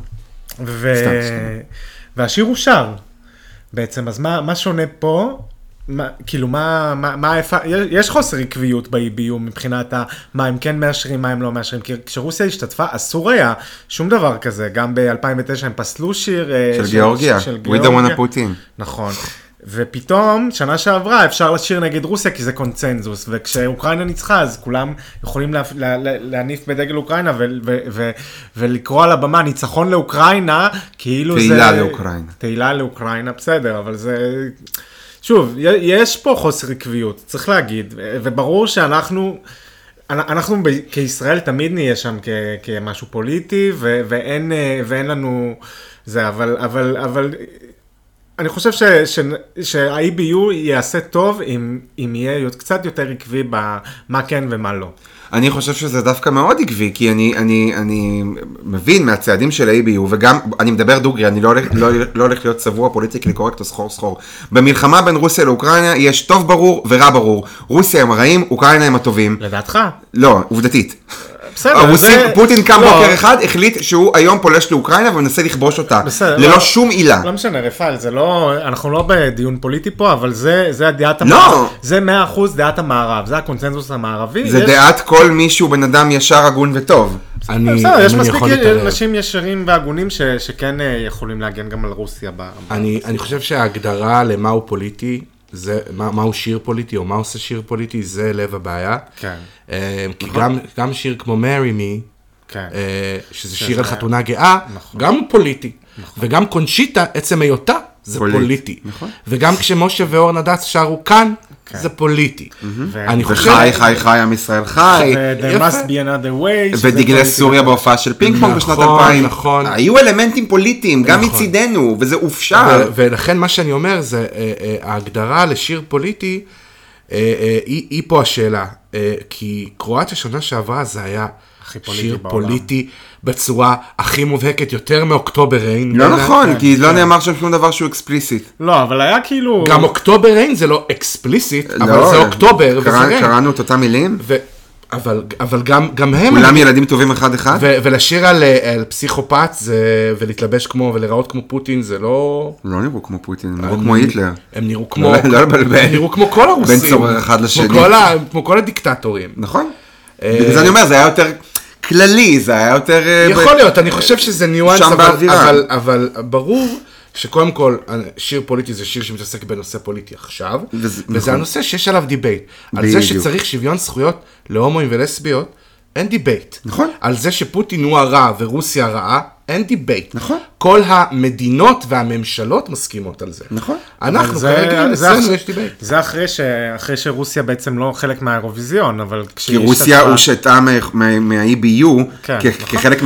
והשיר הוא שר. בעצם, אז מה שונה פה? כאילו, יש חוסר עקביות ב-EBU מבחינת מה הם כן מאשרים, מה הם לא מאשרים, כי כשרוסיה השתתפה, אסור היה שום דבר כזה, גם ב-2009 הם פסלו שיר של גיאורגיה, We don't want to put in. נכון. ופתאום, שנה שעברה, אפשר לשיר נגד רוסיה, כי זה קונצנזוס, וכשאוקראינה ניצחה, אז כולם יכולים להניף בדגל אוקראינה, ולקרוא על הבמה, ניצחון לאוקראינה, כאילו זה... תהילה לאוקראינה. תהילה לאוקראינה, בסדר, אבל זה... שוב, יש פה חוסר עקביות, צריך להגיד, וברור שאנחנו כישראל תמיד נהיה שם כמשהו פוליטי, ואין לנו זה, אבל אני חושב שה-EBU יעשה טוב אם יהיה קצת יותר עקבי במה כן ומה לא. אני חושב שזה דווקא מאוד עקבי, כי אני מבין מהצעדים של ה-EBU, וגם, אני מדבר דוגרי, אני לא הולך להיות צבוע פוליטיקלי קורקט או סחור. במלחמה בין רוסיה לאוקראינה יש טוב ברור ורע ברור. רוסיה הם הרעים, אוקראינה הם הטובים. לדעתך? לא, עובדתית. פוטין קם בוקר אחד, החליט שהוא היום פולש לאוקראינה ומנסה לכבוש אותה, ללא שום עילה. לא משנה, רפאל, זה לא, אנחנו לא בדיון פוליטי פה, אבל זה דעת המערב, זה 100% דעת המערב, זה הקונצנזוס המערבי. זה דעת כל מישהו בן אדם ישר, הגון וטוב. יש מספיק אנשים ישרים והגונים שכן יכולים להגן גם על רוסיה. אני חושב שההגדרה למהו פוליטי, מהו שיר פוליטי או מה עושה שיר פוליטי, זה לב הבעיה. כי גם שיר כמו Marry Me, שזה שיר על חתונה גאה, גם הוא פוליטי. וגם קונשיטה, עצם היותה, זה פוליטי. וגם כשמשה ואור נדץ שרו כאן, זה פוליטי. וחי, חי, חי, עם ישראל חי. There must be another way. ודגלי סוריה בהופעה של פינג פונג בשנת 2000. היו אלמנטים פוליטיים, גם מצידנו, וזה אופשר. ולכן מה שאני אומר, זה ההגדרה לשיר פוליטי, היא פה השאלה. כי קרואטיה שנה שעברה זה היה שיר פוליטי בצורה הכי מובהקת, יותר מאוקטובר ריין. לא נכון, כי לא נאמר שם שום דבר שהוא אקספליסיט. לא, אבל היה כאילו... גם אוקטובר ריין זה לא אקספליסיט, אבל זה אוקטובר וזה ריין. קראנו את אותם מילים? אבל גם הם... כולם ילדים טובים אחד. ולשיר על פסיכופת ולהתלבש כמו ולראות כמו פוטין זה לא... לא נראו כמו פוטין, הם נראו כמו היטלר. הם נראו כמו כל הרוסים. בין צורר אחד לשני. כמו כל הדיקטטורים. נכון. בגלל זה אני אומר, זה היה יותר כללי, זה היה יותר... יכול להיות, אני חושב שזה ניואנס, אבל ברור שקודם כל, שיר פוליטי זה שיר שמתעסק בנושא פוליטי עכשיו, וזה הנושא שיש עליו דיבייט. על זה שצריך שוויון זכויות להומואים ולסביות, אין דיבייט. נכון. על זה שפוטין הוא הרע ורוסיה הרעה, אין דיבייט. נכון. כל המדינות והממשלות מסכימות על זה. נכון. אנחנו כרגע אצלנו יש דיבייט. זה אחרי שרוסיה בעצם לא חלק מהאירוויזיון, אבל כי רוסיה הושתה מה-EBU כחלק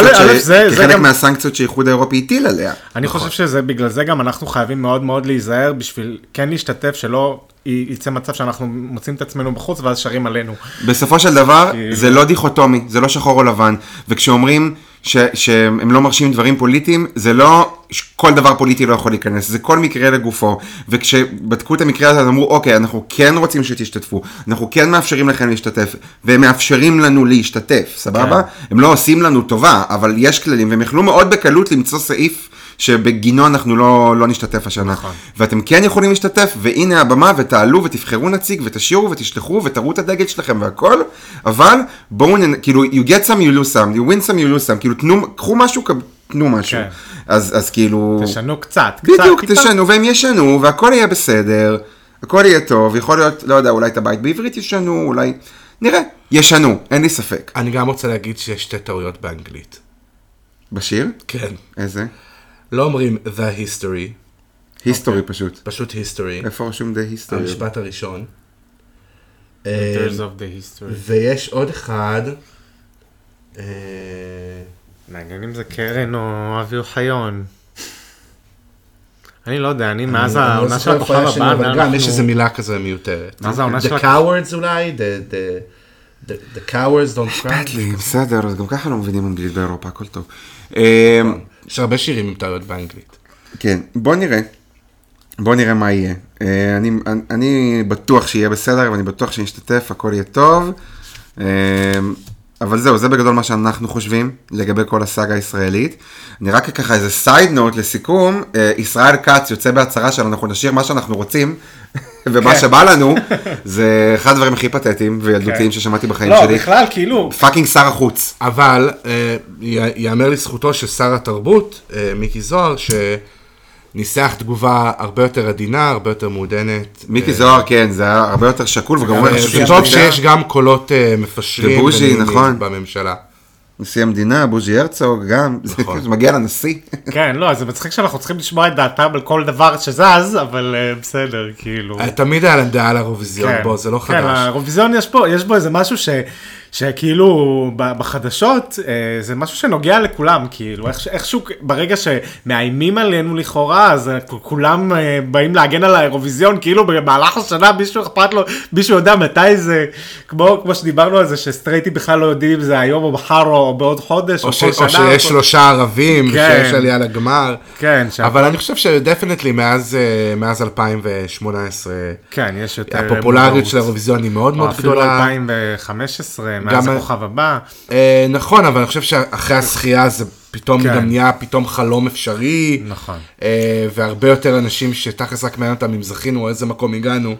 מהסנקציות שהאיחוד האירופי הטיל עליה. אני חושב שזה בגלל זה גם אנחנו חייבים מאוד מאוד להיזהר בשביל כן להשתתף שלא יצא מצב שאנחנו מוצאים את עצמנו בחוץ ואז שרים עלינו. בסופו של דבר זה לא דיכוטומי, זה לא שחור או לבן, וכשאומרים שהם לא מרשים דברים פוליטיים, זה לא כל דבר פוליטי לא יכול להיכנס, זה כל מקרה לגופו, וכשבדקו את המקרה הזה, אמרו, אוקיי, אנחנו כן רוצים שתשתתפו, אנחנו כן מאפשרים לכם להשתתף, והם מאפשרים לנו להשתתף, סבבה? הם לא עושים לנו טובה, אבל יש כללים, והם יכלו מאוד בקלות למצוא סעיף שבגינו אנחנו לא נשתתף השנה. ואתם כן יכולים להשתתף, והנה הבמה, ותעלו ותבחרו נציג, ותשאירו ותשלחו, ותראו את הדגל שלכם והכל, אבל בואו, כאילו, you get some, you lose some, you win some, you lose some, כאילו, קחו משהו, תנו משהו. אז כאילו... תשנו קצת. בדיוק, תשנו, והם ישנו, והכל יהיה בסדר, הכל יהיה טוב, יכול להיות, לא יודע, אולי את הבית בעברית ישנו, אולי... נראה, ישנו, אין לי ספק. אני גם רוצה להגיד שיש שתי טעויות באנגלית. בשיר? כן. איזה? לא אומרים the history. היסטורי פשוט. פשוט history. איפה רשום the history? המשפט הראשון. Years of the history. ויש עוד אחד. מעניין אם זה קרן או אבי אוחיון. אני לא יודע, אני מאז העונה של הכוכב הבא. גם יש איזו מילה כזה מיותרת. מאז העונה של The cowards אולי? The cowards don't cry. אכפת לי, בסדר, אז גם ככה לא מבינים אנגלית באירופה, הכל טוב. יש הרבה שירים עם טעויות באנגלית. כן, בוא נראה מה יהיה. אני בטוח שיהיה בסדר, ואני בטוח שנשתתף, הכל יהיה טוב. אבל זהו, זה בגדול מה שאנחנו חושבים לגבי כל הסאגה הישראלית. אני רק ככה איזה סייד נוט לסיכום, ישראל כץ יוצא בהצהרה של אנחנו נשאיר מה שאנחנו רוצים, ומה שבא לנו, זה אחד הדברים הכי פתטיים וילדותיים ששמעתי בחיים שלי. לא, בכלל, כאילו... פאקינג שר החוץ. אבל יאמר לזכותו של שר התרבות, מיקי זוהר, ניסח תגובה הרבה יותר עדינה, הרבה יותר מעודנת. מיקי זוהר, כן, זה היה הרבה יותר שקול, וגם אומר טוב שיש גם קולות מפשרים ובוז'י, נכון. בממשלה. נשיא המדינה, בוז'י הרצוג, גם, זה מגיע לנשיא. כן, לא, זה מצחיק שאנחנו צריכים לשמוע את דעתם על כל דבר שזז, אבל בסדר, כאילו. תמיד היה דעה על האירוויזיון, בוא, זה לא חדש. כן, האירוויזיון יש בו איזה משהו שכאילו בחדשות זה משהו שנוגע לכולם, כאילו, איכשהו ברגע שמאיימים עלינו לכאורה, אז כולם באים להגן על האירוויזיון, כאילו במהלך השנה מישהו אכפת לו, מישהו יודע מתי זה, כמו שדיברנו על זה, שסטרייטים בכלל לא יודעים אם זה היום או מחר או בעוד חודש, או כל שנה. או שיש 3 ערבים, שיש עלייה לגמר. כן. אבל אני חושב שדפנטלי מאז 2018, כן, יש יותר... הפופולריות של האירוויזיון היא מאוד מאוד גדולה. אפילו 2015, מאז הכוכב הבא. נכון, אבל אני חושב שאחרי השחייה זה פתאום גם נהיה פתאום חלום אפשרי. נכון. והרבה יותר אנשים שתכלס רק מעניין אותם אם זכינו או איזה מקום הגענו,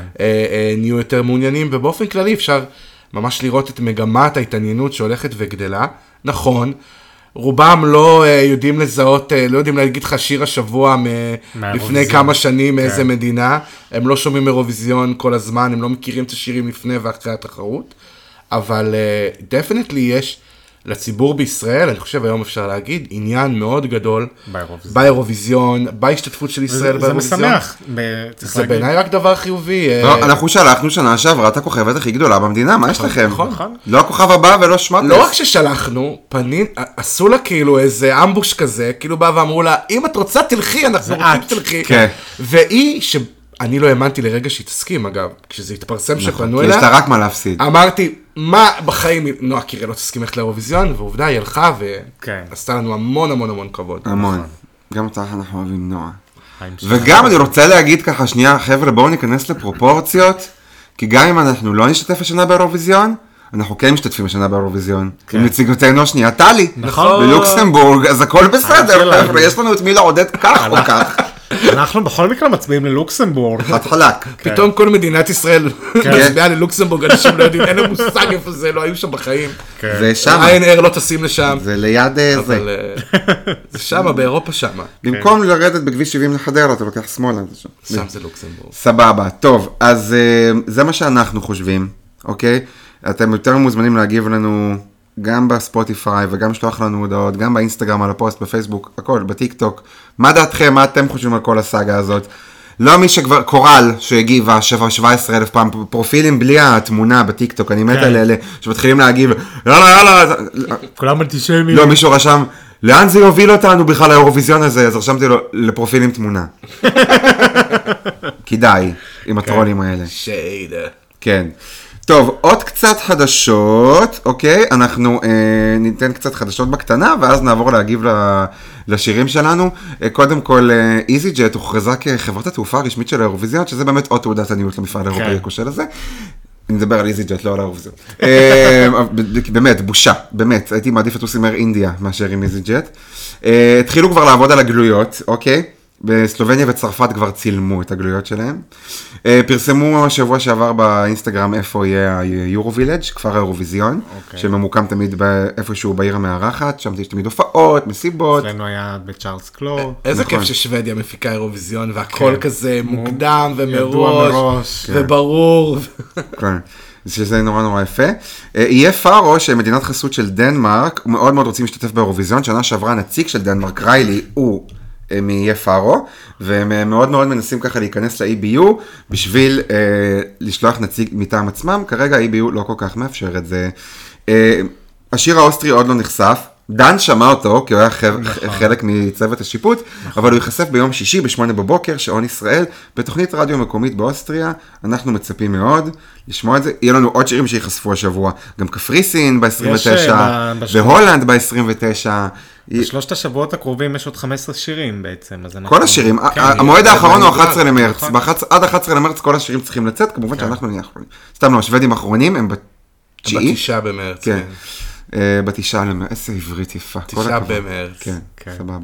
נהיו יותר מעוניינים, ובאופן כללי אפשר ממש לראות את מגמת ההתעניינות שהולכת וגדלה. נכון, רובם לא יודעים לזהות, לא יודעים להגיד לך שיר השבוע לפני כמה שנים מאיזה מדינה, הם לא שומעים אירוויזיון כל הזמן, הם לא מכירים את השירים לפני ואחרי התחרות, אבל definitely יש לציבור בישראל, אני חושב היום אפשר להגיד, עניין מאוד גדול באירוויזיון, בהשתתפות של ישראל באירוויזיון. זה משמח. זה בעיניי רק דבר חיובי. אנחנו שלחנו שנה שעברה את הכוכבת הכי גדולה במדינה, מה יש לכם? לא הכוכב הבא ולא שמטס. לא רק ששלחנו, עשו לה כאילו איזה אמבוש כזה, כאילו בא ואמרו לה, אם את רוצה תלכי, אנחנו רוצים תלכי. והיא אני לא האמנתי לרגע שהיא תסכים, אגב, כשזה התפרסם שפנו אליה. יש לה רק מה להפסיד. אמרתי, מה בחיים, נועה קירל לא תסכים ללכת לאירוויזיון, ועובדה היא הלכה ועשתה לנו המון המון המון כבוד. המון. גם אותך אנחנו אוהבים נועה. וגם אני רוצה להגיד ככה, שנייה, חבר'ה, בואו ניכנס לפרופורציות, כי גם אם אנחנו לא נשתתף השנה באירוויזיון, אנחנו כן משתתפים השנה באירוויזיון. עם נציגותינו השנייה, טלי. נכון. בלוקסמבורג, אז הכל בסדר, חבר'ה, יש לנו את מי לעודד כך או כך. אנחנו בכל מקרה מצביעים ללוקסמבורג. חד חלק. פתאום כל מדינת ישראל מצביעה ללוקסמבורג, אנשים לא יודעים, אין להם מושג איפה זה, לא היו שם בחיים. זה שם. INR לא טסים לשם. זה ליד זה. זה שם, באירופה שם. במקום לרדת בכביש 70 לחדרה, אתה לוקח שמאלה. שם זה לוקסמבורג. סבבה, טוב, אז זה מה שאנחנו חושבים, אוקיי? אתם יותר מוזמנים להגיב לנו גם בספוטיפיי וגם לשלוח לנו הודעות, גם באינסטגרם, על הפוסט, בפייסבוק, הכל, בטיק טוק. מה דעתכם, מה אתם חושבים על כל הסאגה הזאת? לא מי שכבר, קורל שהגיבה 17,000 פעם, פרופילים בלי התמונה בטיק טוק, אני מת על אלה שמתחילים להגיב, יאללה, כולם אנטישמים. לא, מישהו רשם, לאן זה יוביל אותנו בכלל האירוויזיון הזה? אז רשמתי לו, לפרופילים תמונה. כדאי, עם הטרולים האלה. שיידה. כן. טוב, עוד קצת חדשות, אוקיי? אנחנו ניתן קצת חדשות בקטנה, ואז נעבור להגיב לשירים שלנו. קודם כל, EasyJet הוכרזה כחברת התעופה הרשמית של האירוויזיון, שזה באמת עוד תעודת עניות למפעל האירופאי הכושל הזה. אני מדבר על EasyJet, לא על האירוויזיון. באמת, בושה, באמת. הייתי מעדיף לטוס עם אייר אינדיה מאשר עם EasyJet. התחילו כבר לעבוד על הגלויות, אוקיי? בסלובניה וצרפת כבר צילמו את הגלויות שלהם. פרסמו השבוע שעבר באינסטגרם איפה יהיה היורו-וילג', כפר האירוויזיון, שממוקם תמיד איפשהו בעיר המארחת, שם יש תמיד הופעות, מסיבות. אצלנו היה בצ'ארלס קלוב. איזה כיף ששוודיה מפיקה אירוויזיון, והכל כזה מוקדם ומראש, וברור. כן. שזה נורא נורא יפה. יהיה פארו, שמדינת חסות של דנמרק, מאוד מאוד רוצים להשתתף באירוויזיון, שנה שעברה נציג של דנמרק, ריילי, הוא מיהיה פארו, והם מאוד מאוד מנסים ככה להיכנס ל-EBU, בשביל לשלוח נציג מטעם עצמם, כרגע ה-EBU לא כל כך מאפשר את זה. השיר האוסטרי עוד לא נחשף, דן שמע אותו, כי הוא היה חלק מצוות השיפוט, אבל הוא ייחשף ביום שישי ב8 בבוקר, שעון ישראל, בתוכנית רדיו מקומית באוסטריה, אנחנו מצפים מאוד לשמוע את זה, יהיה לנו עוד שירים שיחשפו השבוע, גם קפריסין ב-29, והולנד ב-29, בשלושת השבועות הקרובים יש עוד 15 שירים בעצם. כל השירים, המועד האחרון הוא 11 למרץ, עד 11 למרץ כל השירים צריכים לצאת, כמובן שאנחנו נהיה אחרונים. סתם לא, השוודים האחרונים הם ב9 במרץ. כן, ב9 למרץ, איזה עברית יפה. 9 במרץ. כן, סבבה.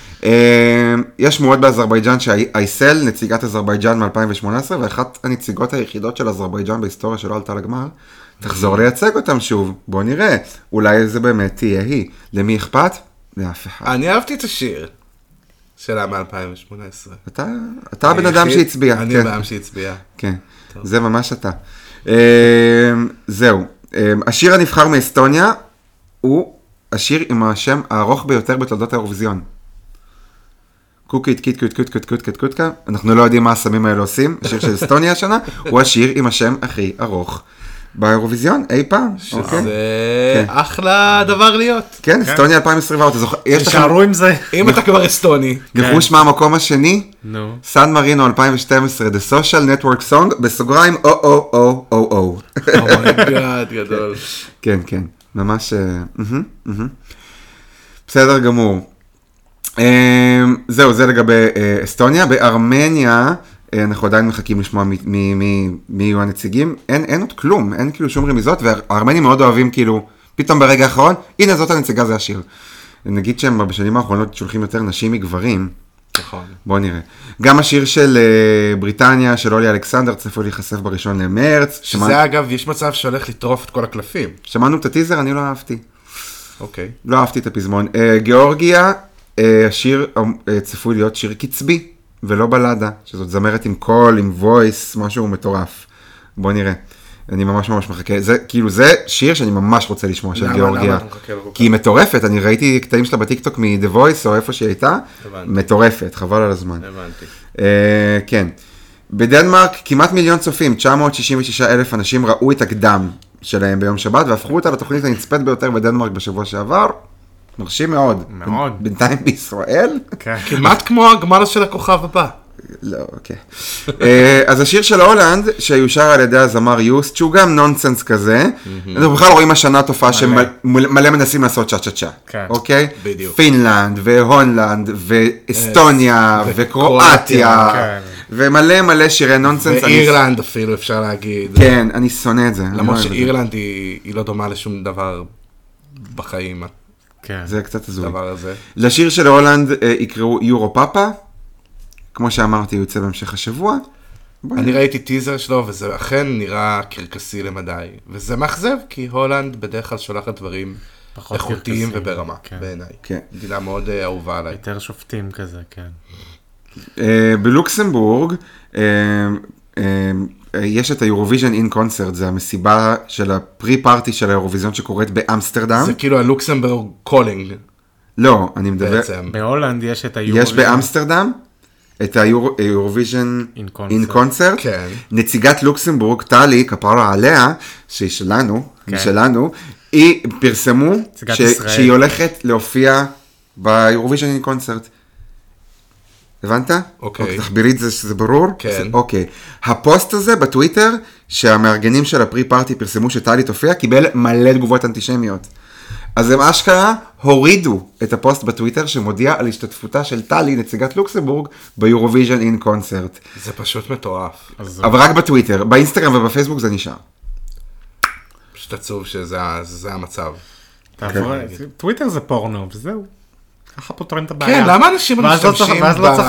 יש שמועות באזרבייג'אן שהאייסל, נציגת אזרבייג'אן מ-2018, ואחת הנציגות היחידות של אזרבייג'אן בהיסטוריה שלא עלתה לגמר, תחזור לייצג אותם שוב, בוא נראה, אולי זה באמת תהיה היא. למי אכפת? לאף אחד. אני אהבתי את השיר שלה מ-2018. אתה הבן אדם שהצביע. אני הבן אדם שהצביע. כן, זה ממש אתה. זהו, השיר הנבחר מאסטוניה הוא השיר עם השם הארוך ביותר בתולדות האירוויזיון. קוקית, קיט, קוט, קוט, קוט, קוט, קוט, קוט, אנחנו לא יודעים מה הסמים האלה עושים, השיר של אסטוניה השנה, הוא השיר עם השם הכי ארוך באירוויזיון, אי פעם. שזה אחלה דבר להיות. כן, אסטוניה 2024, תשארו עם זה. אם אתה כבר אסטוני. נחוש מה המקום השני? סן מרינו 2012, The Social Network Song, בסוגריים, או. אומייגאד, גדול. כן, כן, ממש, בסדר גמור. זהו, זה לגבי אסטוניה. בארמניה אנחנו עדיין מחכים לשמוע מי יהיו הנציגים, אין עוד כלום, אין כאילו שום רמיזות, והארמנים מאוד אוהבים כאילו, פתאום ברגע האחרון, הנה זאת הנציגה, זה השיר. נגיד שהם בשנים האחרונות שולחים יותר נשים מגברים, נכון. בואו נראה. גם השיר של בריטניה, של אולי אלכסנדר, צפוי להיחשף ב1 למרץ. שזה אגב, יש מצב שהולך לטרוף את כל הקלפים. שמענו את הטיזר, אני לא אהבתי. אוקיי. לא אהבתי את הפזמון. גיאורגיה, השיר צפוי להיות שיר קצבי, ולא בלדה, שזאת זמרת עם קול, עם וויס, משהו מטורף. בואו נראה. אני ממש מחכה. זה, כאילו, זה שיר שאני ממש רוצה לשמוע של גיאורגיה. למה אתה מחכה לו כל כך? כי היא מטורפת, אני ראיתי קטעים שלה בטיקטוק מ-The Voice או איפה שהיא הייתה. מטורפת, חבל על הזמן. הבנתי. כן. בדנמרק כמעט 1,000,000 צופים, 966,000 אנשים ראו את הקדם שלהם ביום שבת, והפכו אותה לתוכנית הנצפית ביותר בדנמרק בשבוע שעבר. מרשים מאוד. מאוד. בינתיים בישראל. כמעט כמו הגמר של הכוכב הבא. לא, אוקיי. אז השיר של הולנד, שיושר על ידי הזמר יוסט, שהוא גם נונסנס כזה, אנחנו בכלל רואים השנה תופעה שמלא מנסים לעשות צ'ה-צ'ה-צ'ה, אוקיי? בדיוק. פינלנד, והולנד, ואסטוניה, וקרואטיה, ומלא שירי נונסנס. ואירלנד אפילו אפשר להגיד. כן, אני שונא את זה. למרות שאירלנד היא לא דומה לשום דבר בחיים. זה קצת הזוי. הדבר הזה. לשיר של הולנד יקראו יורו-פאפה, כמו שאמרתי, הוא יוצא בהמשך השבוע. אני ראיתי טיזר שלו, וזה אכן נראה קרקסי למדי. וזה מאכזב, כי הולנד בדרך כלל שולחת דברים איכותיים וברמה, בעיניי. מדינה מאוד אהובה עליי. יותר שופטים כזה, כן. בלוקסמבורג, יש את האירוויז'ן אין קונצרט, זה המסיבה של הפרי פארטי של האירוויזיון שקורית באמסטרדם. זה כאילו הלוקסמבורג קולינג. לא, אני מדבר... בהולנד יש את האירוויז'ן. יש באמסטרדם את האירוויז'ן אין קונצרט. נציגת לוקסמבורג, טלי, כפרה עליה, שהיא שלנו, היא פרסמו שהיא הולכת להופיע באירוויז'ן אין קונצרט. הבנת? אוקיי. תחבירית שזה ברור? כן. אוקיי. הפוסט הזה בטוויטר, שהמארגנים של הפרי פארטי פרסמו שטלי תופיע, קיבל מלא תגובות אנטישמיות. אז הם אשכרה הורידו את הפוסט בטוויטר שמודיע על השתתפותה של טלי, נציגת לוקסמבורג, ביורוויז'ן אין קונצרט. זה פשוט מטורף. אבל רק בטוויטר, באינסטגרם ובפייסבוק זה נשאר. פשוט עצוב שזה המצב. טוויטר זה פורנו, וזהו. ככה פותרים את הבעיה. כן, למה אנשים משתמשים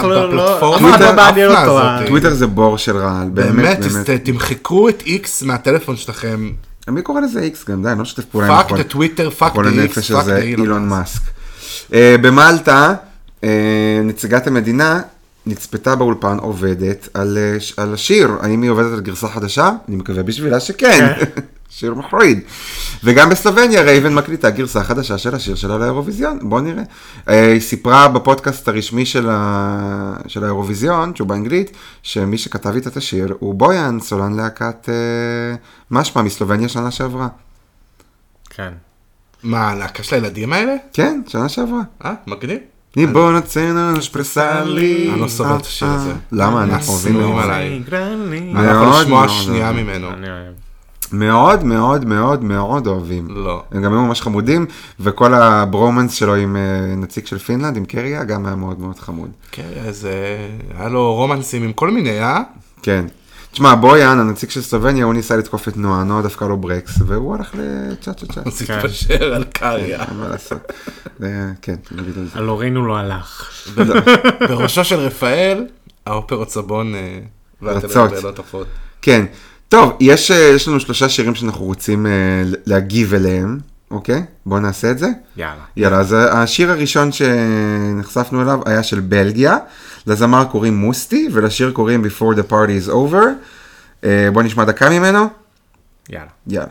בפלטפורמה? טוויטר זה בור של רעל, באמת. תמחקו את X מהטלפון שלכם. מי קורא לזה X גם, די, אני לא שתף פעולה. פאק את טוויטר, פאק את X, פאק את אילון מאסק. במלטה, נציגת המדינה נצפתה באולפן עובדת על השיר. האם היא עובדת על גרסה חדשה? אני מקווה בשבילה שכן. שיר מחריד. וגם בסלובניה רייבן מקליטה גרסה חדשה של השיר שלה לאירוויזיון. בואו נראה. היא סיפרה בפודקאסט הרשמי של האירוויזיון, שהוא באנגלית, שמי שכתב איתה את השיר הוא בויאן, סולן להקת משמע מסלובניה שנה שעברה. כן. מה, להקה של הילדים האלה? כן, שנה שעברה. מגניב. בוא נצאנו נשפרסלי. אני לא סובל את השיר הזה. למה? אנחנו אוהבים מאוד. אני יכול לשמוע שנייה ממנו. מאוד מאוד מאוד מאוד אוהבים. לא. הם גם היו ממש חמודים, וכל הברומנס שלו עם נציג של פינלנד, עם קריה, גם היה מאוד מאוד חמוד. קריה זה... היה לו רומנסים עם כל מיני, כן. תשמע, בויאן, הנציג של סלובניה, הוא ניסה לתקוף את נועה, נועה דווקא לו ברקס, והוא הלך לצ'ה-צ'ה-צ'ה. הוא התפשר על קריה. מה לעשות? כן, נגיד על זה. על אורינו לא הלך. בראשו של רפאל, האופרות סבון והטלוויזיות עפות. כן. טוב, יש לנו 3 שירים שאנחנו רוצים להגיב אליהם, אוקיי? בואו נעשה את זה. יאללה, אז השיר הראשון שנחשפנו אליו היה של בלגיה, לזמר קוראים מוסטי, ולשיר קוראים Before the Party is Over. בואו נשמע דקה ממנו. יאללה.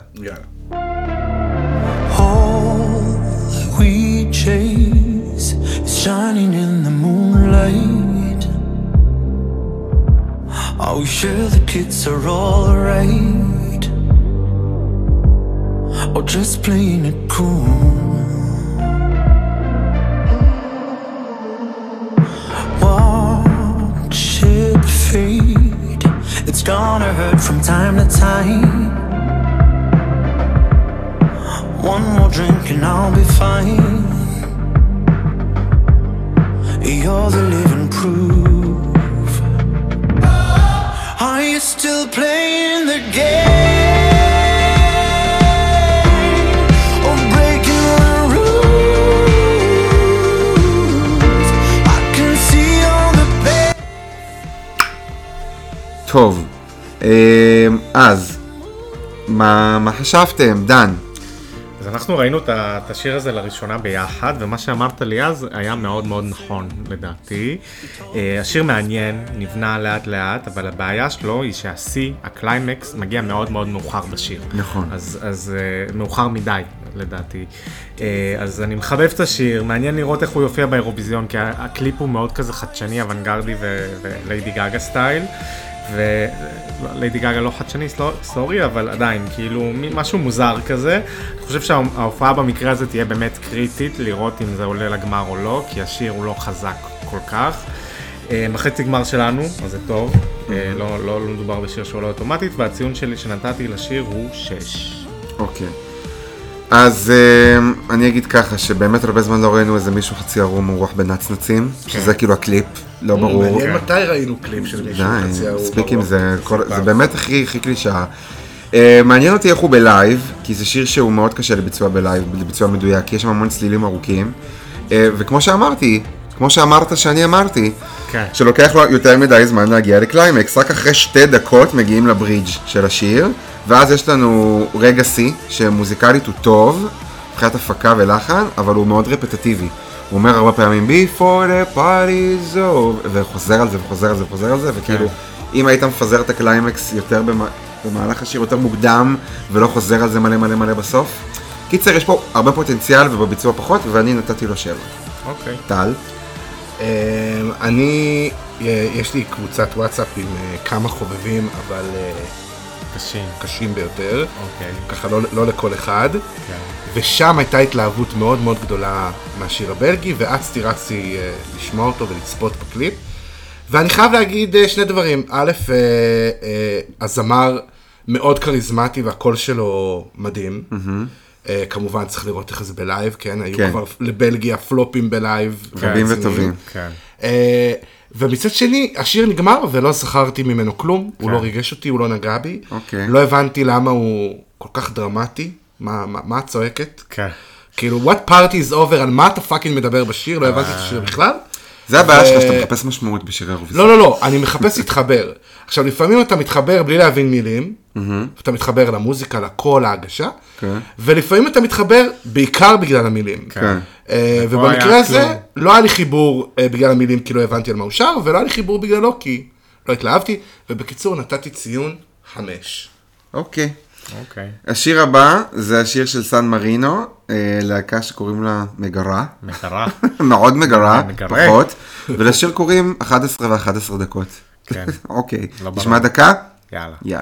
All we chase is shining in the moonlight. Are we sure the kids are all right? Or just playing it cool? Watch it fade. It's gonna hurt from time to time. One more drink and I'll be fine. You're the living proof. you still playing the game of breaking the rules? I can see all the pain. טוב, אז, מה חשבתם, דן? אז אנחנו ראינו את השיר הזה לראשונה ביחד, ומה שאמרת לי אז היה מאוד מאוד נכון לדעתי. השיר מעניין, נבנה לאט לאט, אבל הבעיה שלו היא שהשיא, הקליימקס, מגיע מאוד מאוד מאוחר בשיר. נכון. אז מאוחר מדי לדעתי. אז אני מחבב את השיר, מעניין לראות איך הוא יופיע באירוויזיון, כי הקליפ הוא מאוד כזה חדשני, אוונגרדי וליידי גאגה סטייל. וליידי גאגה לא חדשני, סורי, אבל עדיין, כאילו, משהו מוזר כזה. אני חושב שההופעה במקרה הזה תהיה באמת קריטית, לראות אם זה עולה לגמר או לא, כי השיר הוא לא חזק כל כך. בחצי גמר שלנו, אז זה טוב, לא מדובר בשיר שעולה אוטומטית, והציון שלי שנתתי לשיר הוא 6. אוקיי. אז אני אגיד ככה, שבאמת הרבה זמן לא ראינו איזה מישהו חצי ערום מרוח בנצנצים, שזה כאילו הקליפ, לא ברור. מעניין מתי ראינו קליפ של מישהו חצי ערום. מספיק עם זה, זה באמת הכי קלישה. מעניין אותי איך הוא בלייב, כי זה שיר שהוא מאוד קשה לביצוע בלייב, לביצוע מדויק, כי יש שם המון צלילים ארוכים, וכמו שאמרתי, כמו שאמרת שאני אמרתי, שלוקח לו יותר מדי זמן להגיע לקליימקס, רק אחרי 2 דקות מגיעים לברידג' של השיר, ואז יש לנו רגע C, שמוזיקלית הוא טוב, מבחינת הפקה ולחן, אבל הוא מאוד רפטטיבי. הוא אומר הרבה פעמים, before the party is over, וחוזר על זה וחוזר על זה וחוזר על זה, וכאילו, אם היית מפזר את הקליימקס יותר במהלך השיר יותר מוקדם, ולא חוזר על זה מלא מלא מלא בסוף. קיצר, יש פה הרבה פוטנציאל ובביצוע פחות, ואני נתתי לו 7. אוקיי. טל? יש לי קבוצת וואטסאפ עם כמה חובבים, אבל קשים ביותר. אוקיי. ככה לא לכל אחד. ושם הייתה התלהבות מאוד מאוד גדולה מהשיר הבלגי, ואצתי רצתי לשמוע אותו ולצפות בקליפ. ואני חייב להגיד 2 דברים. א', הזמר מאוד קריזמטי והקול שלו מדהים. כמובן צריך לראות איך זה בלייב, כן? היו כבר לבלגיה פלופים בלייב. רבים וטובים. ומצד שני, השיר נגמר ולא זכרתי ממנו כלום. הוא לא ריגש אותי, הוא לא נגע בי. לא הבנתי למה הוא כל כך דרמטי. מה את צועקת? כאילו, what party is over, על מה אתה פאקינג מדבר בשיר? לא הבנתי את השיר בכלל. זה הבעיה שלך, שאתה מחפש משמעות בשירי האירוויזיון. לא, אני מחפש להתחבר. עכשיו, לפעמים אתה מתחבר בלי להבין מילים, ואתה מתחבר למוזיקה, לקול, להגשה, ולפעמים אתה מתחבר בעיקר בגלל המילים. ובמקרה הזה, לא היה לי חיבור בגלל המילים, כי לא הבנתי על מה הוא שר, ולא היה לי חיבור בגללו, כי לא התלהבתי, ובקיצור נתתי ציון 5. אוקיי. השיר הבא זה השיר של סן מרינו, להקה שקוראים לה מגרה. מאוד מגרה, פחות. ולשיר קוראים 11 ו-11 דקות. כן. אוקיי. נשמע דקה? יאללה.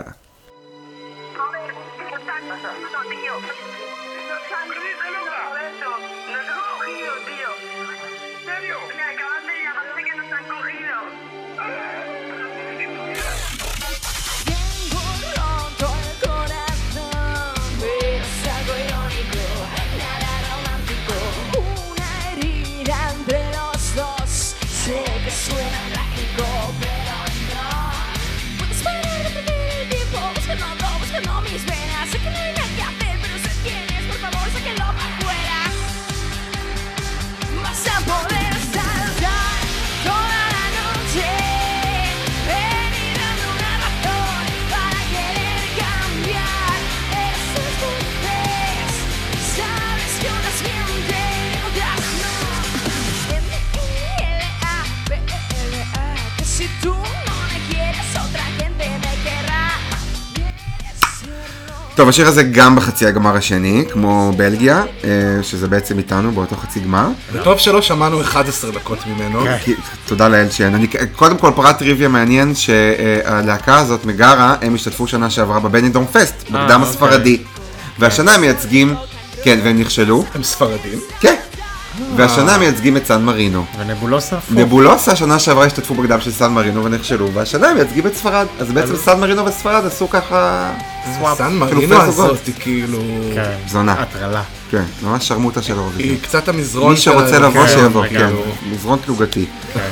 טוב, השיר הזה גם בחצי הגמר השני, כמו בלגיה, שזה בעצם איתנו באותו חצי גמר. וטוב שלא שמענו 11 דקות ממנו. תודה לאל שאין. קודם כל פרט טריוויה מעניין שהלהקה הזאת, מגרה, הם השתתפו שנה שעברה בבנידורם פסט, בקדם הספרדי. והשנה הם מייצגים, כן, והם נכשלו. הם ספרדים? כן. והשנה הם מייצגים את סן מרינו. ונבולוסה? נבולוסה, שנה שעברה השתתפו בקדם של סן מרינו ונכשלו, והשנה הם מייצגים את ספרד. אז בעצם סן מרינו וספרד עשו ככה סוואפ. סן מרינו הזאת היא כאילו... זונה. הטרלה. כן, ממש שרמוטה של אירוויזיון. היא קצת המזרון מי שרוצה לבוא שיבוא, כן. מזרון תלוגתי.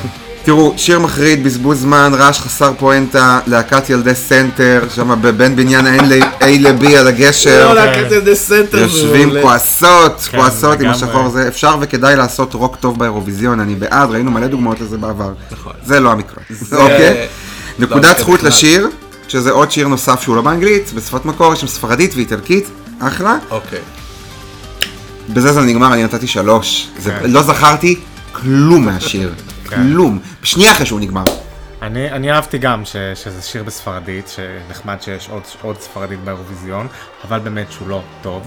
תראו, שיר מחריד, בזבוז זמן, רעש חסר פואנטה, להקת ילדי סנטר, שם בין בניין A ל-B על הגשר. לא, להקת ילדי סנטר. יושבים כועסות עם השחור הזה. אפשר וכדאי לעשות רוק טוב באירוויזיון, אני בעד, ראינו מלא דוגמאות לזה בעבר. זה לא המקרה. אוקיי? נקודת זכות לשיר, שזה עוד שיר נוסף שהוא לא באנגלית, בשפת מקור, יש שם ספרדית ואיטלקית, אחלה. אוקיי. בזה זה נגמר, אני נתתי 3. לא זכרתי כלום מהשיר. כלום. בשנייה אחרי שהוא נגמר. אני אהבתי גם שזה שיר בספרדית, שנחמד שיש עוד ספרדית באירוויזיון, אבל באמת שהוא לא טוב.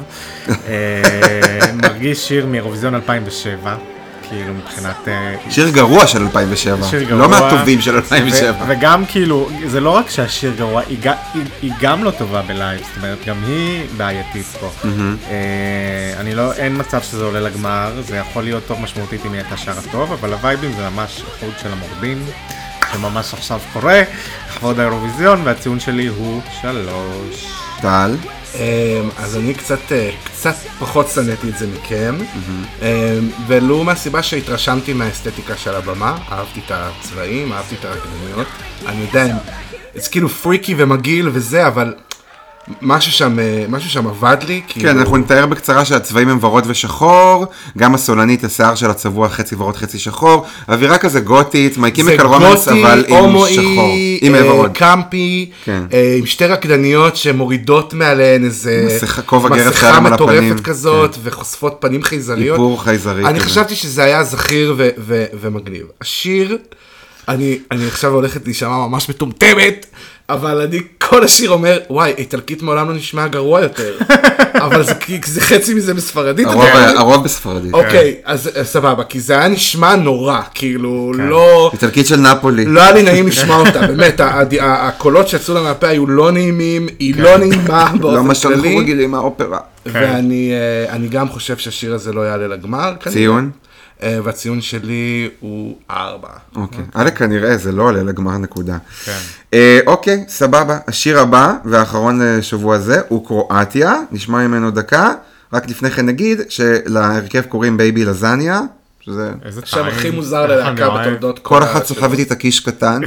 מרגיש שיר מאירוויזיון 2007, כאילו מבחינת... שיר גרוע של 2007, לא מהטובים של 2007. וגם כאילו, זה לא רק שהשיר גרוע, היא גם לא טובה בלייב, זאת אומרת, גם היא בעייתית פה. אין מצב שזה עולה לגמר, זה יכול להיות טוב משמעותית אם היא הייתה שרה טוב, אבל הווייבים זה ממש איכות של המורדים, שממש עכשיו קורה, לכבוד האירוויזיון, והציון שלי הוא 3. טל? אז אני קצת פחות שנאתי את זה מכם, ולו מהסיבה שהתרשמתי מהאסתטיקה של הבמה, אהבתי את הצבעים, אהבתי את הרקדניות, אני יודע, זה כאילו פריקי ומגעיל וזה, אבל משהו שם עבד לי. כן, אנחנו נתאר בקצרה שהצבעים הם ורוד ושחור, גם הסולנית, השיער של הצבוע חצי ורוד חצי שחור, אווירה כזה גותית, מייקמיקל רומנס, אבל עם שחור, עם ורוד. קמפי, עם שתי רקדניות שמורידות מעליהן איזה מסכה מטורפת כזאת, וחושפות פנים חייזריות. איפור חייזרי. אני חשבתי שזה היה זכיר ומגניב. השיר, אני עכשיו הולכת להישמע ממש מטומטמת, אבל אני כל השיר אומר, וואי, איטלקית מעולם לא נשמע גרוע יותר. אבל זה חצי מזה בספרדית. הרוב בספרדית. אוקיי, אז סבבה, כי זה היה נשמע נורא, כאילו לא... איטלקית של נפולי. לא היה לי נעים לשמוע אותה, באמת, הקולות שיצאו לה מהפה היו לא נעימים, היא לא נעימה באופן כללי. לא מה שאנחנו רגילים מהאופרה. ואני גם חושב שהשיר הזה לא יעלה לגמר. ציון? והציון שלי הוא 4. אוקיי, עלה כנראה זה לא עולה לגמר נקודה. אוקיי, סבבה. השיר הבא והאחרון לשבוע הזה הוא קרואטיה, נשמע ממנו דקה. רק לפני כן נגיד שלהרכב קוראים בייבי לזניה, שזה... עכשיו הכי מוזר ללהקה בתולדות. כל אחד סוחב איתי קיש קטן.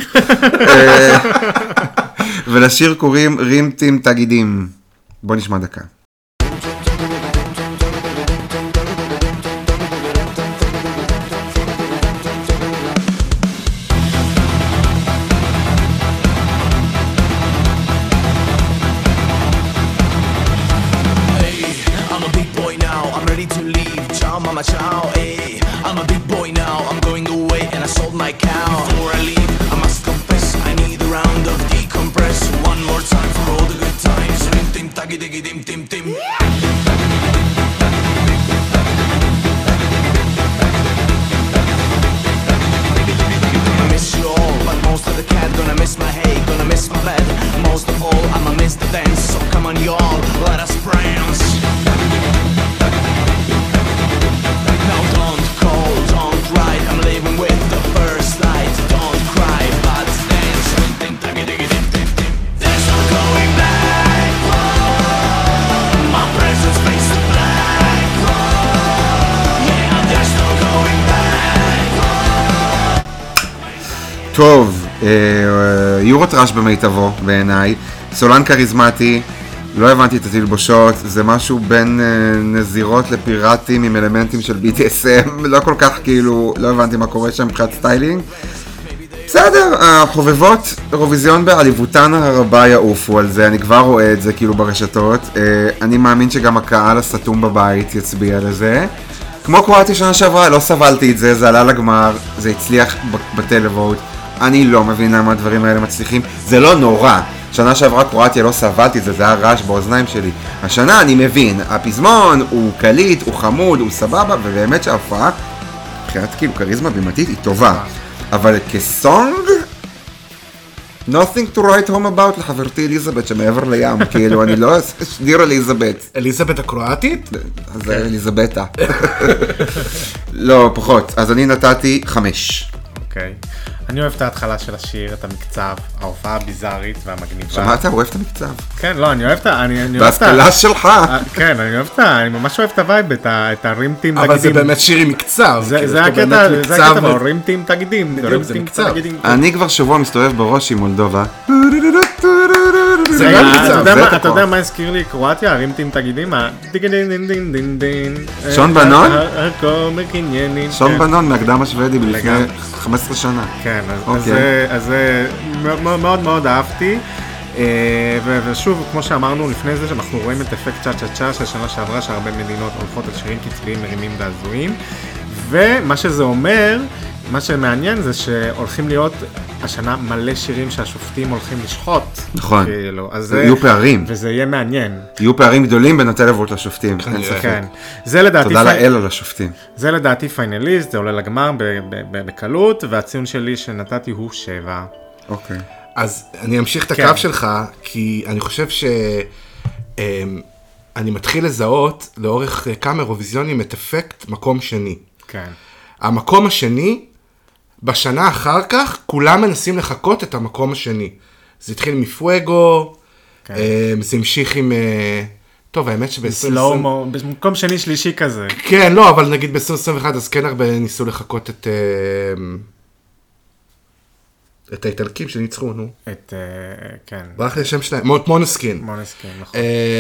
ולשיר קוראים רימטים תגידים. בוא נשמע דקה. טוב, יורוטראש במיטבו בעיניי, סולן קריזמטי, לא הבנתי את התלבושות, זה משהו בין נזירות לפיראטים עם אלמנטים של BDSM, לא כל כך כאילו, לא הבנתי מה קורה שם מבחינת סטיילינג. בסדר, החובבות אירוויזיון בעליבותן הרבה יעופו על זה, אני כבר רואה את זה כאילו ברשתות, אני מאמין שגם הקהל הסתום בבית יצביע לזה. כמו קרואטיה שנה שעברה, לא סבלתי את זה, זה עלה לגמר, זה הצליח בטלוויזיה. אני לא מבין למה הדברים האלה מצליחים, זה לא נורא. שנה שעברה קרואטיה לא סבלתי את זה, זה היה רעש באוזניים שלי. השנה אני מבין, הפזמון הוא קליט, הוא חמוד, הוא סבבה, ובאמת שההופעה, מבחינת כאילו קריזמה בימתית היא טובה. אבל כסונג, nothing to write home about לחברתי אליזבת שמעבר לים, כאילו אני לא אשדיר אליזבת. אליזבת הקרואטית? אז זה אליזבתה. לא, פחות. אז אני נתתי 5. אוקיי. אני אוהב את ההתחלה של השיר, את המקצב, ההופעה הביזארית והמגניבה. שמעת? הוא אוהב את המקצב. כן, לא, אני אוהב את ה... בהשכלה שלך. כן, אני ממש אוהב את הווייב, את הרימטים תגידים. אבל זה באמת שיר עם מקצב. זה הקטע, רימטים תגידים. זה מקצב. אני כבר שבוע מסתובב בראש עם מולדובה. זה גם מקצב. אתה יודע מה הזכיר לי קרואטיה? הרימטים תגידים? שון בנון? שון שון בנון מהקדם השוודי לפני 15 שנה. כן, אז זה מאוד מאוד אהבתי. ושוב, כמו שאמרנו לפני זה, שאנחנו רואים את אפקט צ'ה צ'ה צ'ה של שנה שעברה, שהרבה מדינות הולכות על שירים קצביים, מרימים והזויים. ומה שזה אומר, מה שמעניין זה שהולכים להיות השנה מלא שירים שהשופטים הולכים לשחוט. נכון. יהיו פערים. וזה יהיה מעניין. יהיו פערים גדולים בין הטלוות לשופטים. כן. זה לדעתי... תודה לאל על השופטים. זה לדעתי פיינליסט, זה עולה לגמר בקלות, והציון שלי שנתתי הוא 7. אוקיי. אז אני אמשיך את הקו שלך, כי אני חושב אני מתחיל לזהות לאורך כמה אירוויזיונים את אפקט מקום שני. כן. המקום השני, בשנה אחר כך, כולם מנסים לחכות את המקום השני. זה התחיל מפואגו, זה המשיך עם... טוב, האמת סלומו, במקום שני שלישי כזה. כן, לא, אבל נגיד ב-2021, אז כן הרבה ניסו לחכות את האיטלקים שניצחו, נו. כן. ברח לי השם שלהם, מונסקין. מונסקין, נכון.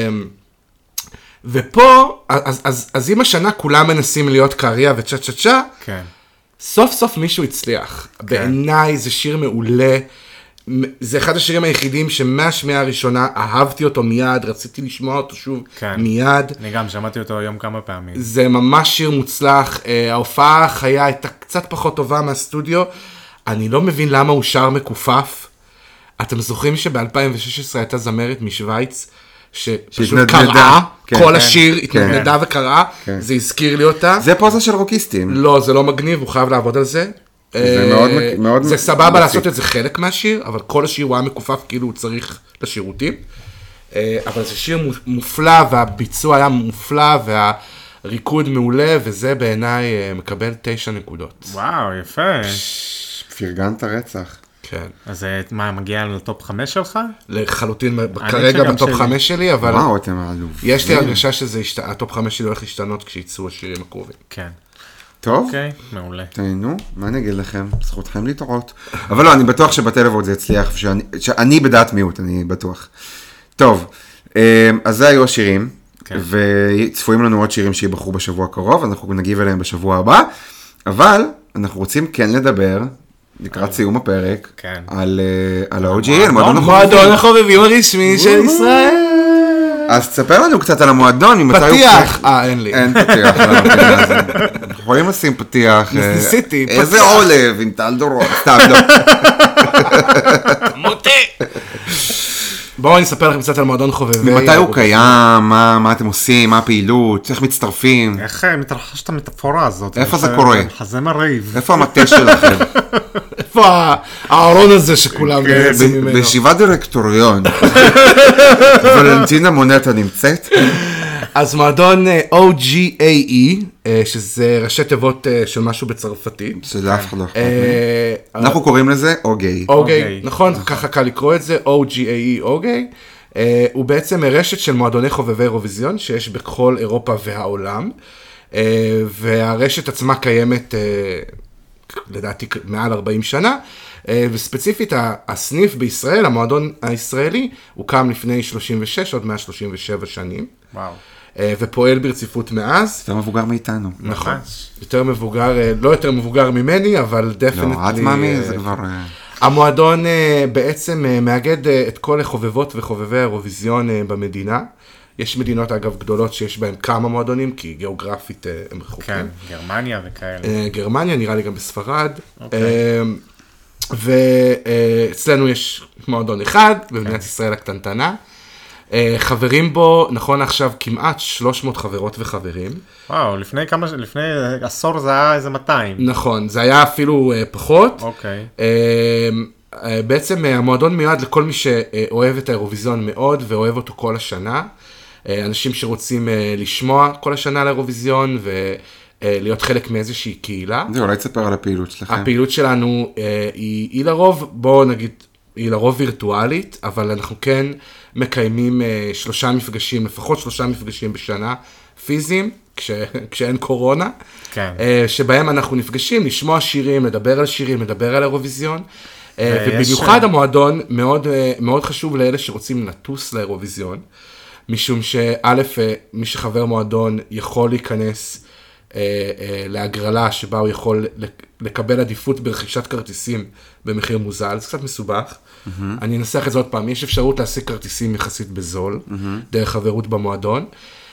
ופה, אז אם השנה כולם מנסים להיות קריה וצ'ה צ'ה צ'ה, כן. סוף סוף מישהו הצליח. בעיניי זה שיר מעולה, זה אחד השירים היחידים שמהשמיעה הראשונה אהבתי אותו מיד, רציתי לשמוע אותו שוב מיד. אני גם שמעתי אותו היום כמה פעמים. זה ממש שיר מוצלח, ההופעה החיה הייתה קצת פחות טובה מהסטודיו, אני לא מבין למה הוא שר מקופף. אתם זוכרים שב-2016 הייתה זמרת משוויץ, שפשוט קראה, כל השיר התנדנדה וקראה, זה הזכיר לי אותה. זה פוזה של רוקיסטים. לא, זה לא מגניב, הוא חייב לעבוד על זה. זה מאוד זה סבבה לעשות את זה חלק מהשיר, אבל כל השיר הוא היה מקופף כאילו הוא צריך לשירותים. אבל זה שיר מופלא, והביצוע היה מופלא, והריקוד מעולה, וזה בעיניי מקבל 9 נקודות. וואו, יפה. פרגנת רצח. כן. אז מה, מגיע לטופ 5 שלך? לחלוטין, כרגע בטופ 5 שלי, אבל... וואו, אתם עלובים. יש לי הרגשה שהטופ 5 שלי הולך להשתנות כשיצאו השירים הקרובים. כן. טוב. אוקיי, מעולה. תהיינו, מה אני אגיד לכם? זכותכם להתערות. אבל לא, אני בטוח שבטלוויזיה זה יצליח, שאני בדעת מיעוט, אני בטוח. טוב, אז זה היו השירים, וצפויים לנו עוד שירים שיבחרו בשבוע הקרוב, אנחנו נגיב אליהם בשבוע הבא, אבל אנחנו רוצים כן לדבר, לקראת סיום הפרק, על ה-OGA, על מועדון החובבים הרשמי של ישראל. אז תספר לנו קצת על המועדון. פתיח. אין לי. אין פתיח. אנחנו יכולים לשים פתיח. ניסיתי. איזה עולב עם טל דורות. סתם, לא. מוטי. בואו אני אספר לכם קצת על מועדון חובבי. ממתי הוא קיים? מה אתם עושים? מה הפעילות? איך מצטרפים? איך מתרחשת המטאפורה הזאת? איפה זה קורה? חזה מרהיב. איפה המטה שלכם? איפה הארון הזה שכולם יוצאים ממנו? בישיבת דירקטוריון. ולנטינה מונטה נמצאת? אז מועדון OGAE, שזה ראשי תיבות של משהו בצרפתית. שזה אף אחד לא אכפת. אנחנו קוראים לזה OGAE. OGAE, נכון, ככה קל לקרוא את זה, OGAE, OGAE. הוא בעצם רשת של מועדוני חובבי אירוויזיון, שיש בכל אירופה והעולם. והרשת עצמה קיימת, לדעתי, מעל 40 שנה. וספציפית, הסניף בישראל, המועדון הישראלי, הוא קם לפני 36, עוד 137 שנים. וואו. ופועל ברציפות מאז. יותר מבוגר מאיתנו. נכון. יותר מבוגר, לא יותר מבוגר ממני, אבל דפנטלי. לא, עד מאמי זה כבר... המועדון בעצם מאגד את כל החובבות וחובבי האירוויזיון במדינה. יש מדינות אגב גדולות שיש בהן כמה מועדונים, כי גיאוגרפית הם רחוקים. כן, גרמניה וכאלה. גרמניה, נראה לי גם בספרד. ואצלנו יש מועדון אחד, במדינת ישראל הקטנטנה. חברים בו, נכון עכשיו, כמעט 300 חברות וחברים. וואו, לפני עשור זה היה איזה 200. נכון, זה היה אפילו פחות. אוקיי. בעצם המועדון מיועד לכל מי שאוהב את האירוויזיון מאוד, ואוהב אותו כל השנה. אנשים שרוצים לשמוע כל השנה על האירוויזיון, להיות חלק מאיזושהי קהילה. זה אולי תספר על הפעילות שלכם. הפעילות שלנו היא לרוב, בואו נגיד, היא לרוב וירטואלית, אבל אנחנו כן מקיימים 3 מפגשים, לפחות 3 מפגשים בשנה, פיזיים, כשאין קורונה, כן. שבהם אנחנו נפגשים, לשמוע שירים, לדבר על שירים, לדבר על האירוויזיון, ובמיוחד המועדון מאוד, מאוד חשוב לאלה שרוצים לטוס לאירוויזיון, משום שא', מי שחבר מועדון יכול להיכנס להגרלה שבה הוא יכול לקבל עדיפות ברכישת כרטיסים במחיר מוזל, זה קצת מסובך. אני אנסח את זה עוד פעם, יש אפשרות להשיג כרטיסים יחסית בזול, דרך חברות במועדון.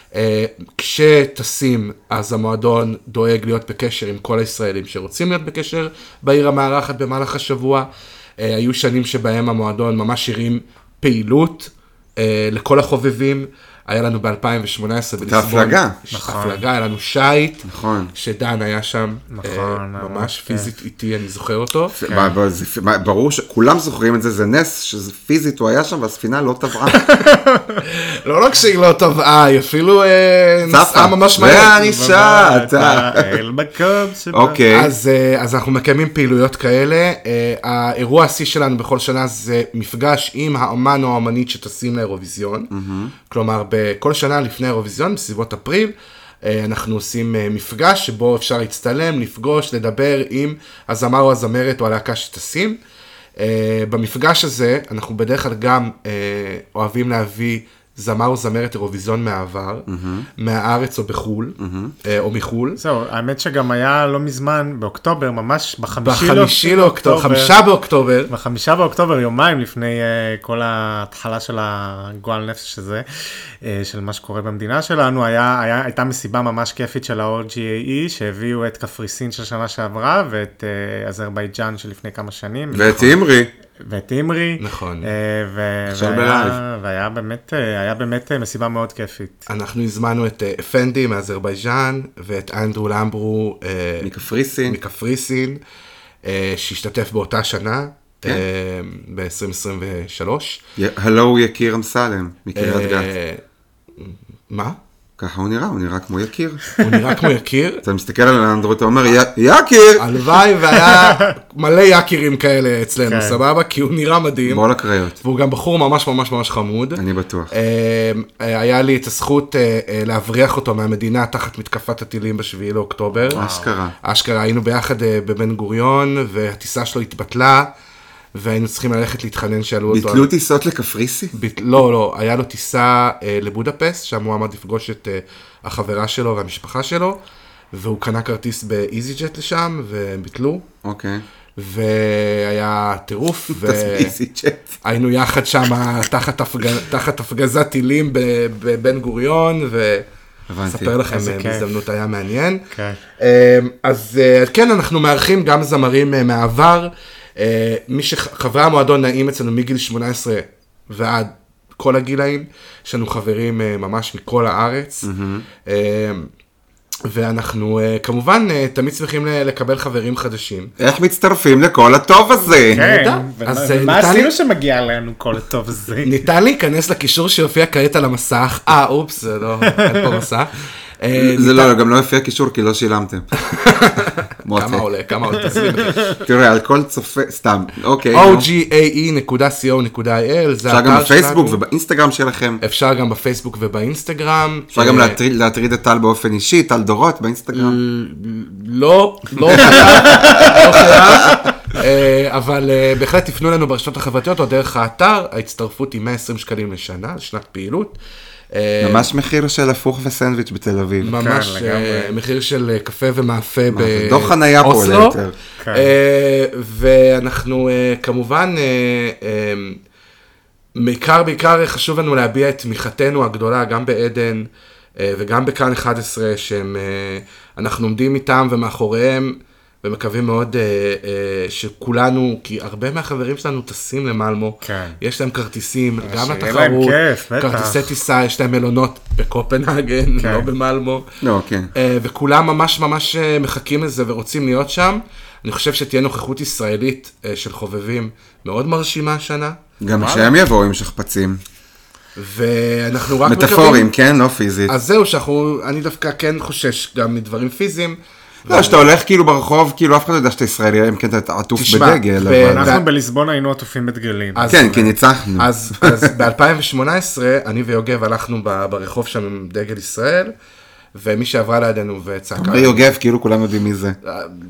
כשטסים, אז המועדון דואג להיות בקשר עם כל הישראלים שרוצים להיות בקשר בעיר המארחת במהלך השבוע. היו שנים שבהם המועדון ממש הרים פעילות לכל החובבים. היה לנו ב-2018 בליסבון. ההפלגה. ההפלגה, היה לנו שייט. נכון. שדן היה שם ממש פיזית איתי, אני זוכר אותו. ברור שכולם זוכרים את זה, זה נס, שזה פיזית, הוא היה שם והספינה לא טבעה. לא רק שהיא לא טבעה, היא אפילו נסעה ממש מהר. ואני שעתה. אוקיי. אז אנחנו מקיימים פעילויות כאלה. האירוע השיא שלנו בכל שנה זה מפגש עם האמן או האמנית שטסים לאירוויזיון. כלומר, בכל שנה לפני האירוויזיון, בסביבות אפריל, אנחנו עושים מפגש שבו אפשר להצטלם, לפגוש, לדבר עם הזמר או הזמרת או הלהקה שטסים. במפגש הזה, אנחנו בדרך כלל גם אוהבים להביא זמר או זמרת אירוויזיון מהעבר, מהארץ או בחול, או מחול. זהו, האמת שגם היה לא מזמן, באוקטובר, ממש ב5 באוקטובר, ב5 באוקטובר, יומיים לפני כל ההתחלה של הגועל נפש הזה, של מה שקורה במדינה שלנו, הייתה מסיבה ממש כיפית של ה-OGAE, שהביאו את קפריסין של שנה שעברה, ואת אזרבייג'אן של לפני כמה שנים. ואת אימרי. ואת אימרי. נכון. והיה באמת מסיבה מאוד כיפית. אנחנו הזמנו את אפנדי מאזרבייג'אן, ואת אנדרו למברו מקפריסין, שהשתתף באותה שנה, ב-2023. הלו יקיר אמסלם, מקריית גת. מה? ככה הוא נראה כמו יקיר. הוא נראה כמו יקיר. אתה מסתכל על האנדרו, אתה אומר, יקיר! הלוואי, והיה מלא יקירים כאלה אצלנו, סבבה? כי הוא נראה מדהים. בוא לקריות. והוא גם בחור ממש ממש ממש חמוד. אני בטוח. היה לי את הזכות להבריח אותו מהמדינה תחת מתקפת הטילים ב7 לאוקטובר. אשכרה, היינו ביחד בבן גוריון, והטיסה שלו התבטלה. והיינו צריכים ללכת להתחנן שעלו אותו. ביטלו טיסות לקפריסי? לא, היה לו טיסה לבודפסט, שם הוא עמד לפגוש את החברה שלו והמשפחה שלו, והוא קנה כרטיס באיזי ג'ט לשם, וביטלו. אוקיי. והיה טירוף, באיזי ג'ט. היינו יחד שם תחת הפגזת טילים בבן גוריון, אספר לכם בהזדמנות, היה מעניין. אז כן, אנחנו מארחים גם זמרים מהעבר, מי שחברי המועדון נעים אצלנו מגיל 18 ועד כל הגילאים, יש לנו חברים ממש מכל הארץ, ואנחנו כמובן תמיד שמחים לקבל חברים חדשים. איך מצטרפים לכל הטוב הזה? כן, ומה עשינו שמגיע לנו כל הטוב הזה? ניתן להיכנס לקישור שיופיע כעת על המסך, אופס, זה לא, אין פה מסך. זה לא, גם לא יופיע קישור כי לא שילמתם. כמה עולה, תסביר. תראה, על כל צופה, סתם, אוקיי. ogae.co.il, אפשר גם בפייסבוק ובאינסטגרם שלכם. אפשר גם בפייסבוק ובאינסטגרם. אפשר גם להטריד את טל באופן אישי, טל דורות באינסטגרם. לא חייב, אבל בהחלט תפנו לנו ברשתות החברתיות או דרך האתר, ההצטרפות היא 120 שקלים לשנה, לשנת פעילות. ממש מחיר של הפוך וסנדוויץ' בתל אביב. ממש מחיר של קפה ומאפה דוח חניה פה ליותר. ואנחנו כמובן, בעיקר חשוב לנו להביע את תמיכתנו הגדולה, גם בעדן וגם בכאן 11, שאנחנו עומדים איתם ומאחוריהם, ומקווים מאוד שכולנו, כי הרבה מהחברים שלנו טסים למלמו, יש להם כרטיסים, גם לתחרות, כרטיסי טיסה, יש להם מלונות בקופנהגן, לא במלמו, וכולם ממש ממש מחכים לזה ורוצים להיות שם. אני חושב שתהיה נוכחות ישראלית של חובבים מאוד מרשימה השנה. גם שהם יבואו עם שכפצים. ואנחנו רק מטאפורים, כן? לא פיזית. אז זהו, אני דווקא כן חושש גם מדברים פיזיים. לא, שאתה הולך כאילו ברחוב, כאילו אף אחד לא יודע שאתה ישראלי, אם כן אתה עטוף בדגל. אנחנו בליסבון היינו עטופים בדגלים. כן, כי ניצחנו. אז ב-2018, אני ויוגב הלכנו ברחוב שם עם דגל ישראל, ומי שעברה לידינו וצעקה. ויוגב, כאילו כולם יודעים מי זה.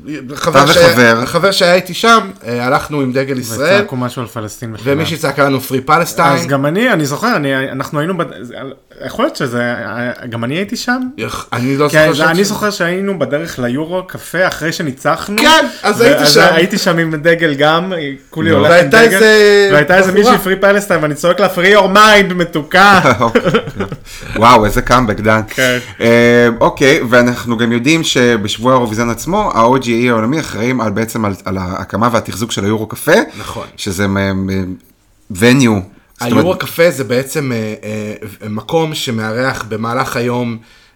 החבר שהיה איתי שם, הלכנו עם דגל ישראל. וצעקו משהו על פלסטין בכלל. ומי שצעקה לנו פרי פלסטיין. אז גם אני זוכר, אנחנו היינו, יכול להיות שזה, גם אני הייתי שם? אני לא זוכר. אני זוכר שהיינו בדרך ליורו קפה אחרי שניצחנו. כן, אז הייתי שם. הייתי שם עם דגל גם, כולי הולך עם דגל. והייתה איזה מישהי פרי פלסטיין, ואני צועק לה, פרי your mind, מתוקה. וואו, איזה קאמבק, דן. אוקיי, ואנחנו גם יודעים שבשבוע האירוויזיון עצמו, ה-OGE העולמי אחראים בעצם על ההקמה והתחזוק של היורו קפה. נכון. שזה וניו. היורו קפה זה בעצם מקום שמארח במהלך היום,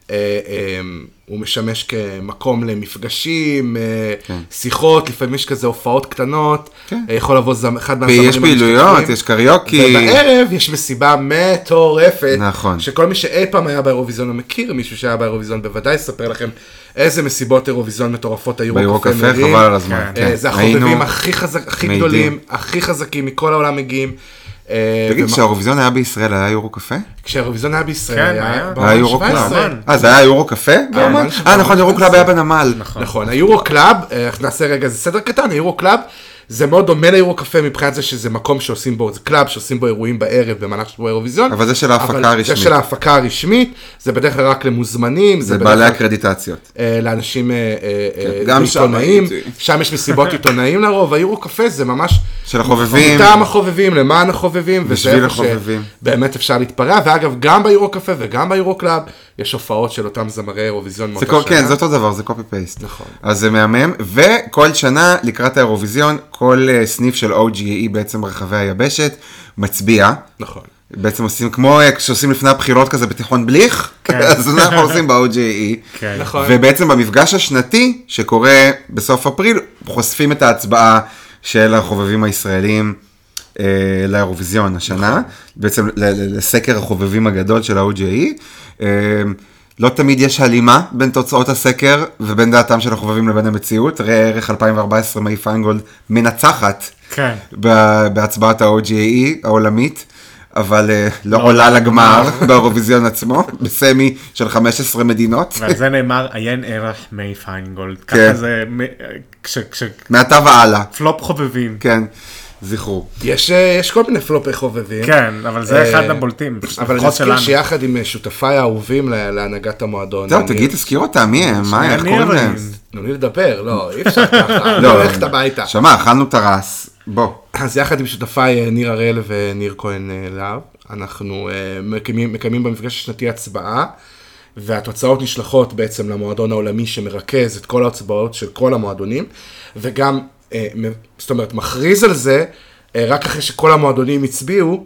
הוא משמש כמקום למפגשים, שיחות, לפעמים יש כזה הופעות קטנות, יכול לבוא אחד מהזמרים ויש פעילויות, יש קריוקי. ובערב יש מסיבה מטורפת, נכון. שכל מי שאי פעם היה באירוויזיון או מכיר מישהו שהיה באירוויזיון, בוודאי יספר לכם איזה מסיבות אירוויזיון מטורפות היורו קפה מרים. חבל על הזמן. זה החובבים הכי גדולים, הכי חזקים מכל העולם מגיעים. תגיד, כשהאירוויזיון היה בישראל, היה יורו קפה? כשהאירוויזיון היה בישראל, היה יורו קלאב. זה היה יורו קפה? נכון, יורו קלאב היה בנמל. נכון, היורו קלאב, נעשה רגע, זה סדר קטן, היורו קלאב, זה מאוד דומה ליורו קפה מבחינת זה שזה מקום שעושים בו, זה קלאב שעושים בו אירועים בערב במהלך שבוע האירוויזיון. אבל זה של ההפקה הרשמית. זה של ההפקה הרשמית, זה בדרך כלל רק למוזמנים. זה בעלי הקרדיטציות. לאנשים עיתונאים, שם יש מסיבות עיתונאים לרוב, היורו קפה זה ממש של החובבים. מטעם החובבים, למען החובבים, בשביל החובבים. באמת אפשר להתפרע, ואגב, גם ביורו קפה וגם ביורו קלאב, יש הופעות של אותם זמרי אירוויזיון מאותה שנה. כן, זה אותו דבר, זה קופי פייסט. נכון. אז זה מהמם, וכל שנה לקראת האירוויזיון, כל סניף של OGE בעצם ברחבי היבשת מצביע. נכון. בעצם עושים כמו שעושים לפני הבחירות כזה בתיכון בליך, אז אנחנו עושים ב-OGE. נכון. ובעצם במפגש השנתי שקורה בסוף אפריל, חושפים את ההצבעה של החובבים הישראלים לאירוויזיון השנה, בעצם לסקר החובבים הגדול של ה-OGE. לא תמיד יש הלימה בין תוצאות הסקר ובין דעתם של החובבים לבין המציאות. ראה ערך 2014 מאי פיינגולד מנצחת בהצבעת ה-OGE העולמית, אבל לא עולה לגמר באירוויזיון עצמו, בסמי של 15 מדינות. ועל זה נאמר, עיין ערך מאי פיינגולד. ככה זה, מעתה והלאה. פלופ חובבים. כן. זכרו. יש כל מיני פלופי חובבים. כן, אבל זה אחד הבולטים. אבל אני אזכיר שיחד עם שותפיי האהובים להנהגת המועדון. זהו, תגיד, תזכיר אותם, מי הם? מה, איך קוראים להם? תנו לי לדבר, לא, אי אפשר ככה. לא, הולכת הביתה. שמע, אכלנו טרס, בוא. אז יחד עם שותפיי ניר הראל וניר כהן להב, אנחנו מקיימים במפגש השנתי הצבעה, והתוצאות נשלחות בעצם למועדון העולמי שמרכז את כל ההצבעות של כל המועדונים, וגם זאת אומרת, מכריז על זה, רק אחרי שכל המועדונים הצביעו,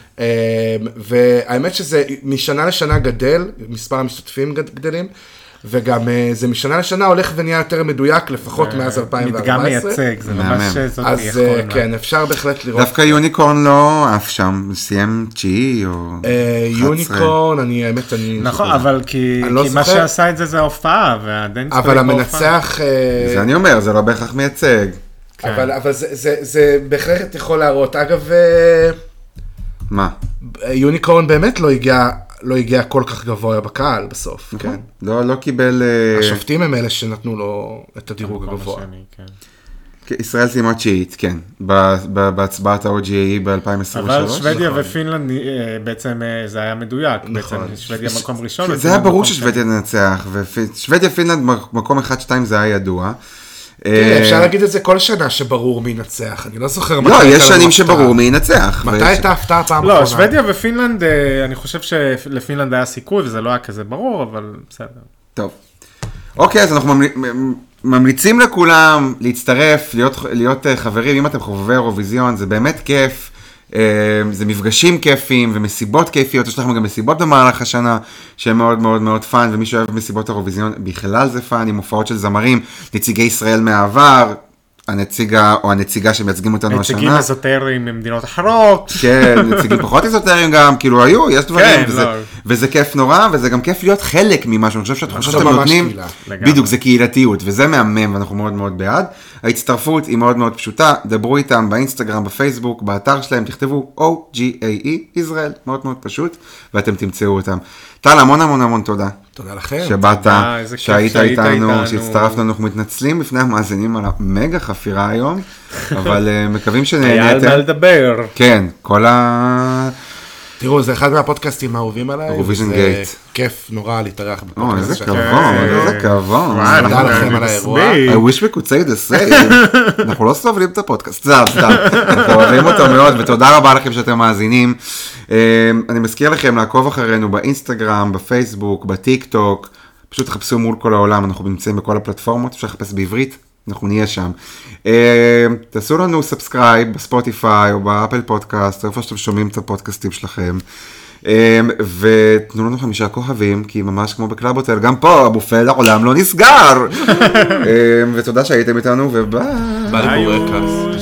והאמת שזה משנה לשנה גדל, מספר המשתתפים גדלים, וגם זה משנה לשנה הולך ונהיה יותר מדויק, לפחות מאז 2014. מדגם מייצג, זה ממש זאת אז כן, אפשר בהחלט לראות. דווקא יוניקורן לא אף שם, סיים 9 או 11. יוניקורן, האמת, אני... נכון, אבל כי מה שעשה את זה ההופעה, והדנס... אבל המנצח... זה אני אומר, זה לא בהכרח מייצג. אבל זה בהחלט יכול להראות. אגב, מה? יוניקורן באמת לא הגיע כל כך גבוה בקהל בסוף, כן? לא קיבל... השופטים הם אלה שנתנו לו את הדירוג הגבוה. ישראל סיימה 9, כן, בהצבעת ה-OGE ב-2023. אבל שוודיה ופינלנד בעצם זה היה מדויק, בעצם שוודיה מקום ראשון. זה היה ברור ששוודיה ננצח, ושוודיה פינלנד מקום 1-2 זה היה ידוע. אפשר להגיד את זה כל שנה שברור מי ינצח, אני לא זוכר מתי. לא, יש שנים שברור מי ינצח. מתי הייתה הפתעה פעם אחרונה? לא, שוודיה ופינלנד, אני חושב שלפינלנד היה סיכוי, וזה לא היה כזה ברור, אבל בסדר. טוב. אוקיי, אז אנחנו ממליצים לכולם להצטרף, להיות חברים, אם אתם חובבי אירוויזיון, זה באמת כיף. זה מפגשים כיפים ומסיבות כיפיות, יש לכם גם מסיבות במהלך השנה שהן מאוד מאוד מאוד פאן, ומי שאוהב מסיבות אירוויזיון בכלל זה פאן, עם הופעות של זמרים, נציגי ישראל מהעבר, הנציגה או הנציגה שמייצגים אותנו השנה. נציגים אזוטריים ממדינות אחרות. כן, נציגים פחות אזוטריים גם, כאילו היו, יש דברים, וזה כיף נורא, וזה גם כיף להיות חלק ממשהו, אני חושב שהתחושה שאתם נותנים, בדיוק, זה קהילתיות, וזה מהמם, ואנחנו מאוד מאוד בעד. ההצטרפות היא מאוד מאוד פשוטה, דברו איתם באינסטגרם, בפייסבוק, באתר שלהם, תכתבו OGAE ישראל, מאוד מאוד פשוט, ואתם תמצאו אותם. טל, המון המון המון תודה. תודה לכם. שבאת, שהיית איתנו, שהצטרפנו, אנחנו מתנצלים בפני המאזינים על המגה חפירה היום, אבל מקווים שנהנתם. היה על מה לדבר. כן, כל ה... תראו, זה אחד מהפודקאסטים האהובים עליי. אירוויז'ן וזה גייט. כיף נורא להתארח בפודקאסט. איזה כבוד, איזה כבוד. תודה לכם על האירוע. I wish we could say the same. אנחנו לא סובלים את הפודקאסט, סתם. אנחנו אוהבים אותו מאוד, ותודה רבה לכם שאתם מאזינים. אני מזכיר לכם לעקוב אחרינו באינסטגרם, בפייסבוק, בטיק טוק. פשוט תחפשו מול כל העולם, אנחנו נמצאים בכל הפלטפורמות, אפשר לחפש בעברית, אנחנו נהיה שם. תעשו לנו סאבסקרייב בספוטיפיי או באפל פודקאסט, או איפה שאתם שומעים את הפודקאסטים שלכם. ותנו לנו 5 כוכבים, כי ממש כמו בקלאב הוטל, גם פה הבופה לעולם לא נסגר. ותודה שהייתם איתנו, וביי. ביי בורקס.